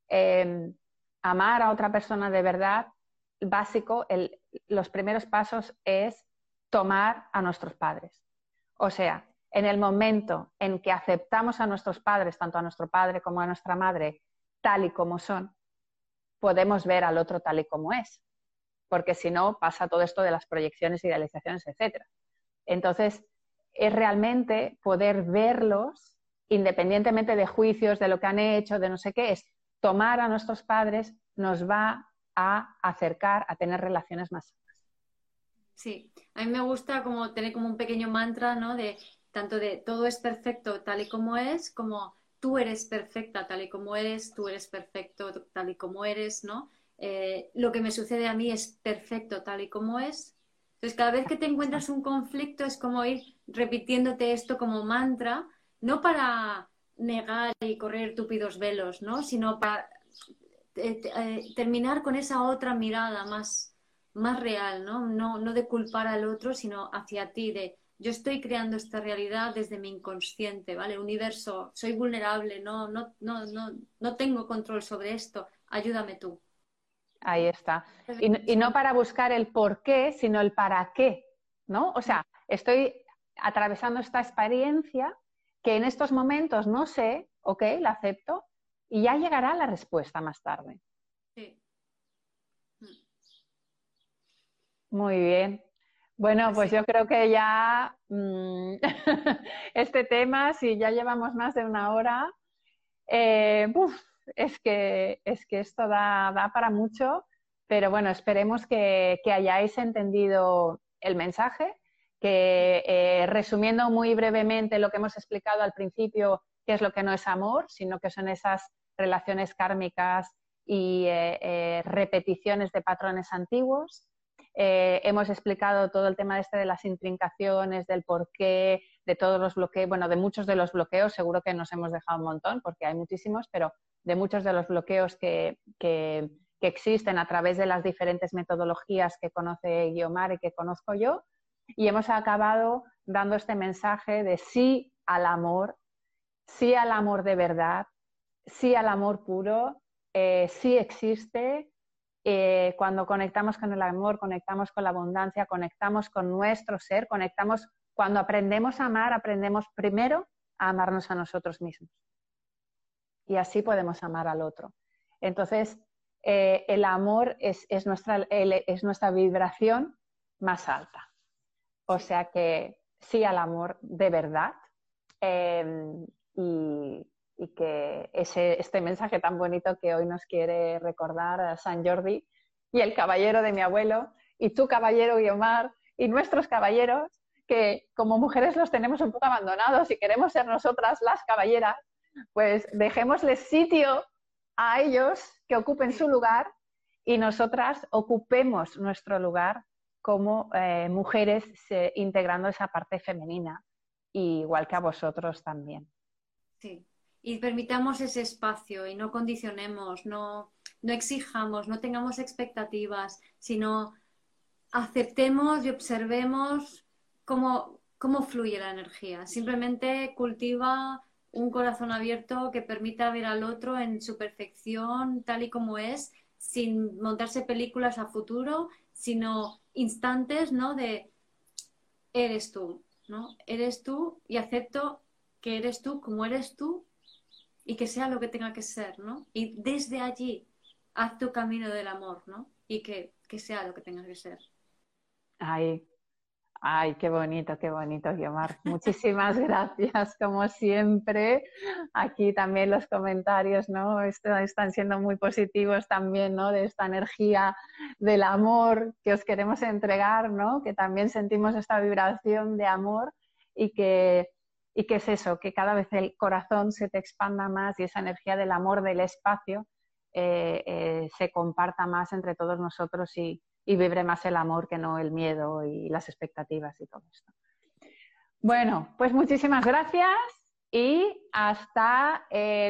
amar a otra persona de verdad, básico, los primeros pasos es tomar a nuestros padres. O sea, en el momento en que aceptamos a nuestros padres, tanto a nuestro padre como a nuestra madre, tal y como son, podemos ver al otro tal y como es. Porque si no, pasa todo esto de las proyecciones, idealizaciones, etc. Entonces, es realmente poder verlos, independientemente de juicios, de lo que han hecho, de no sé qué, es tomar a nuestros padres nos va a acercar a tener relaciones más sanas. Sí, a mí me gusta como tener como un pequeño mantra, ¿no? De tanto de todo es perfecto tal y como es, como tú eres perfecta tal y como eres, tú eres perfecto tal y como eres, ¿no? Lo que me sucede a mí es perfecto tal y como es. Entonces, cada vez que te encuentras un conflicto es como ir repitiéndote esto como mantra, no para negar y correr túpidos velos, ¿no? Sino para terminar con esa otra mirada más real, ¿no? No de culpar al otro, sino hacia ti, de yo estoy creando esta realidad desde mi inconsciente, ¿vale? Universo, soy vulnerable, no tengo control sobre esto, ayúdame tú. Ahí está. Y no para buscar el por qué, sino el para qué, ¿no? O sea, estoy atravesando esta experiencia que en estos momentos no sé, ok, la acepto, y ya llegará la respuesta más tarde. Sí. Muy bien. Bueno, pues yo creo que ya este tema, si ya llevamos más de una hora, es que esto da para mucho, pero bueno, esperemos que hayáis entendido el mensaje, que resumiendo muy brevemente lo que hemos explicado al principio, qué es lo que no es amor, sino que son esas relaciones kármicas y repeticiones de patrones antiguos. Hemos explicado todo el tema de las intrincaciones, del porqué, de todos los bloqueos, bueno, de muchos de los bloqueos, seguro que nos hemos dejado un montón, porque hay muchísimos, pero de muchos de los bloqueos que existen a través de las diferentes metodologías que conoce Guiomar y que conozco yo. Y hemos acabado dando este mensaje de sí al amor de verdad, sí al amor puro, sí existe. Cuando conectamos con el amor, conectamos con la abundancia, conectamos con nuestro ser, cuando aprendemos a amar, aprendemos primero a amarnos a nosotros mismos. Y así podemos amar al otro. Entonces, el amor es nuestra vibración más alta. O sea que sí al amor de verdad. Y que este mensaje tan bonito que hoy nos quiere recordar a San Jordi y el caballero de mi abuelo y tu caballero Guiomar y nuestros caballeros, que como mujeres los tenemos un poco abandonados y queremos ser nosotras las caballeras, pues dejémosles sitio a ellos que ocupen su lugar y nosotras ocupemos nuestro lugar como mujeres integrando esa parte femenina, igual que a vosotros también. Sí, y permitamos ese espacio y no condicionemos, no exijamos, no tengamos expectativas, sino aceptemos y observemos cómo fluye la energía. Simplemente cultiva un corazón abierto que permita ver al otro en su perfección, tal y como es, sin montarse películas a futuro, sino instantes, ¿no? De eres tú, ¿no? Eres tú y acepto que eres tú como eres tú y que sea lo que tenga que ser, ¿no? Y desde allí haz tu camino del amor, ¿no? Y que sea lo que tenga que ser. Ay, ay, qué bonito, Guiomar. Muchísimas gracias, como siempre. Aquí también los comentarios, ¿no? Están siendo muy positivos también, ¿no? De esta energía del amor que os queremos entregar, ¿no? Que también sentimos esta vibración de amor y que es eso, que cada vez el corazón se te expanda más y esa energía del amor del espacio se comparta más entre todos nosotros y vibre más el amor que no el miedo y las expectativas y todo esto. Bueno, pues muchísimas gracias y hasta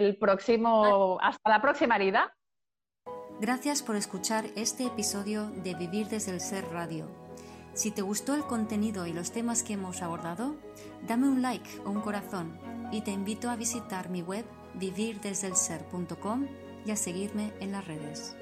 la próxima herida. Gracias por escuchar este episodio de Vivir desde el Ser Radio. Si te gustó el contenido y los temas que hemos abordado, dame un like o un corazón y te invito a visitar mi web vivirdesdelser.com y a seguirme en las redes.